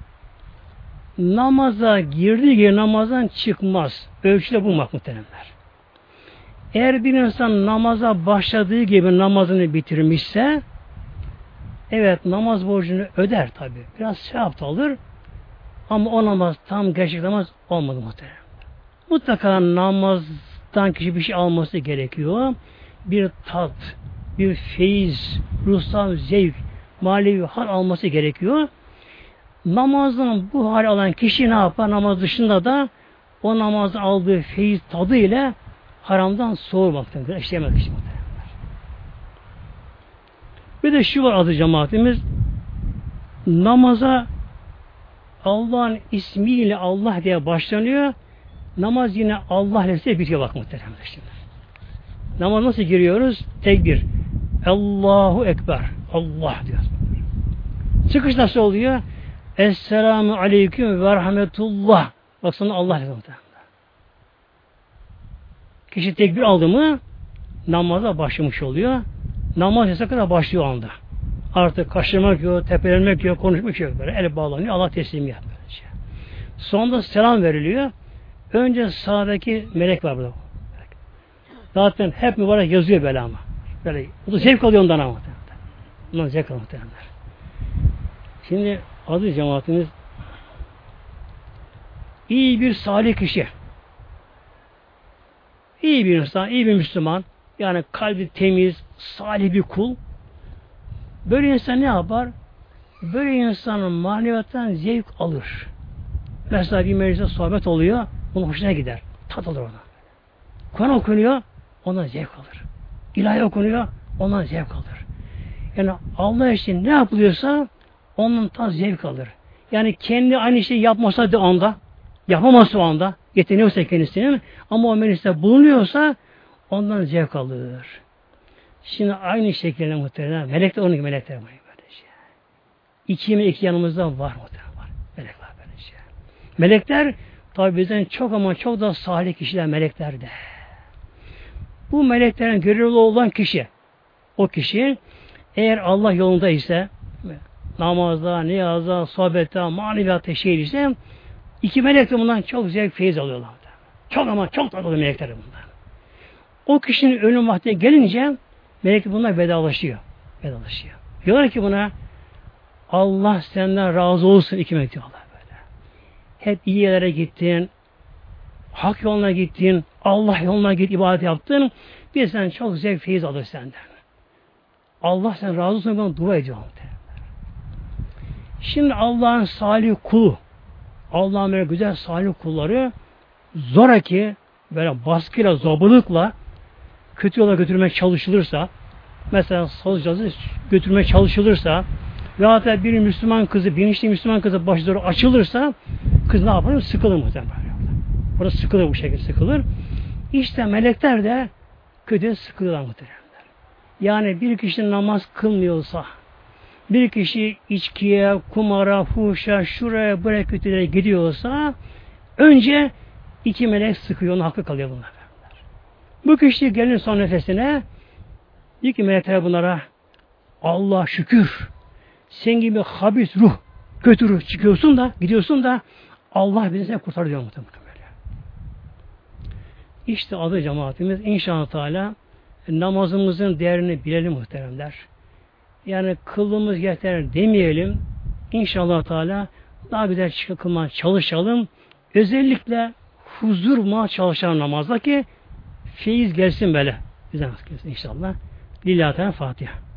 S1: namaza girdiği gibi namazdan çıkmaz. Ölçüde bulmak muhteremler. Eğer bir insan namaza başladığı gibi namazını bitirmişse evet namaz borcunu öder tabi. Biraz sevap alır ama o namaz tam gerçek namaz olmadı muhterem. Mutlaka namazdan kişi bir şey alması gerekiyor. Bir tat, bir feyiz, ruhsal zevk, manevi hal alması gerekiyor. Namazdan bu hal alan kişi ne yapar? Namaz dışında da o namazdan aldığı feyiz tadı ile haramdan soğurmaktan, işlemek için. Bir de şu var adı cemaatimiz, namaza Allah'ın ismiyle Allah diye başlanıyor, Namaz yine Allah ile bitiyor bak muhteremler şimdi. Namaz nasıl giriyoruz? Tekbir. Allahu Ekber. Allah diyor. Çıkış nasıl oluyor? Esselamu aleyküm ve rahmetullah. Bak sonra Allah diyor. Kişi tekbir aldı mı namaza başlamış oluyor. Namaz yasak kadar başlıyor o anda. Artık kaşırmak yok, tepelenmek yok, konuşmak yok. Böyle el bağlanıyor, Allah teslimiyet. Sonunda selam veriliyor. Önce sağdaki melek var burada. Zaten hep mübarek yazıyor böyle ama. Böyle, o da zevk alıyor ondan ama. Ondan zevk alıyor muhtemelenler. Şimdi adı cemaatimiz iyi bir salih kişi. İyi bir insan, iyi bir Müslüman. Yani kalbi temiz, salih bir kul. Böyle insan ne yapar? Böyle insanın maneviyattan zevk alır. Mesela bir mecliste sohbet oluyor, bunun hoşuna gider. Tat alır oradan. Kur'an okunuyor, ondan zevk alır. İlahi okunuyor, ondan zevk alır. Yani Allah için ne yapılıyorsa ondan tam zevk alır. Yani kendi aynı şeyi yapmasa da anda, yapamazsa o anda, yeteneği kendisinin, ama o mecliste bulunuyorsa ondan zevk alır. Şimdi aynı şekilde muhtemelen melekler onun gibi melekler var. İki mi iki yanımızda var muhtemelen var. Melek var böyle şey. Melekler tabi bizden çok ama çok da salih kişiler melekler de. Bu meleklerin görevli olan kişi, o kişi eğer Allah yolunda ise namazda, niyazda, sohbette, maneviyatta şey ise iki melek de bundan çok zevk feyiz alıyorlar. Çok ama çok tatlı melekler bunlar. O kişinin ölüm vakti gelince melek bunlar vedalaşıyor. Vedalaşıyor. Diyorlar ki buna Allah senden razı olsun iki melek diyorlar böyle. Hep iyi yerlere gittin, hak yoluna gittin, Allah yoluna git, ibadet yaptın. Biz sen çok zevk feyiz alır senden. Allah sen razı olsun bana dua ediyor. Şimdi Allah'ın salih kulu, Allah'ın böyle güzel salih kulları zoraki böyle baskıyla, zorbalıkla kötü yola götürmeye çalışılırsa, mesela salıcazı götürmeye çalışılırsa ve hatta bir Müslüman kızı, bilinçli Müslüman kızı başı doğru açılırsa kız ne yapar? Sıkılır muhtemelen. Burada sıkılır, bu şekilde sıkılır. İşte melekler de kötüye sıkılırlar muhtemelen. Yani bir kişi namaz kılmıyorsa, bir kişi içkiye, kumara, fuhuşa, şuraya, buraya kötülere gidiyorsa önce iki melek sıkıyor, onun hakkı kalıyor bunlar. Bu kişi gelin son nefesine diyor ki melekler bunlara Allah şükür sen gibi habis ruh, kötü ruh çıkıyorsun da, gidiyorsun da Allah bizi kurtarıyor muhtemelen. İşte adı cemaatimiz inşallah Teala namazımızın değerini bilelim muhteremler. Yani kıldığımız yeter demeyelim. İnşallah Teala daha güzel çıkılmaya çalışalım. Özellikle huzur bulmaya çalışalım namazda ki feyiz gelsin böyle. Bize nasıl gelsin inşallah. Lillahi Teala Fatiha.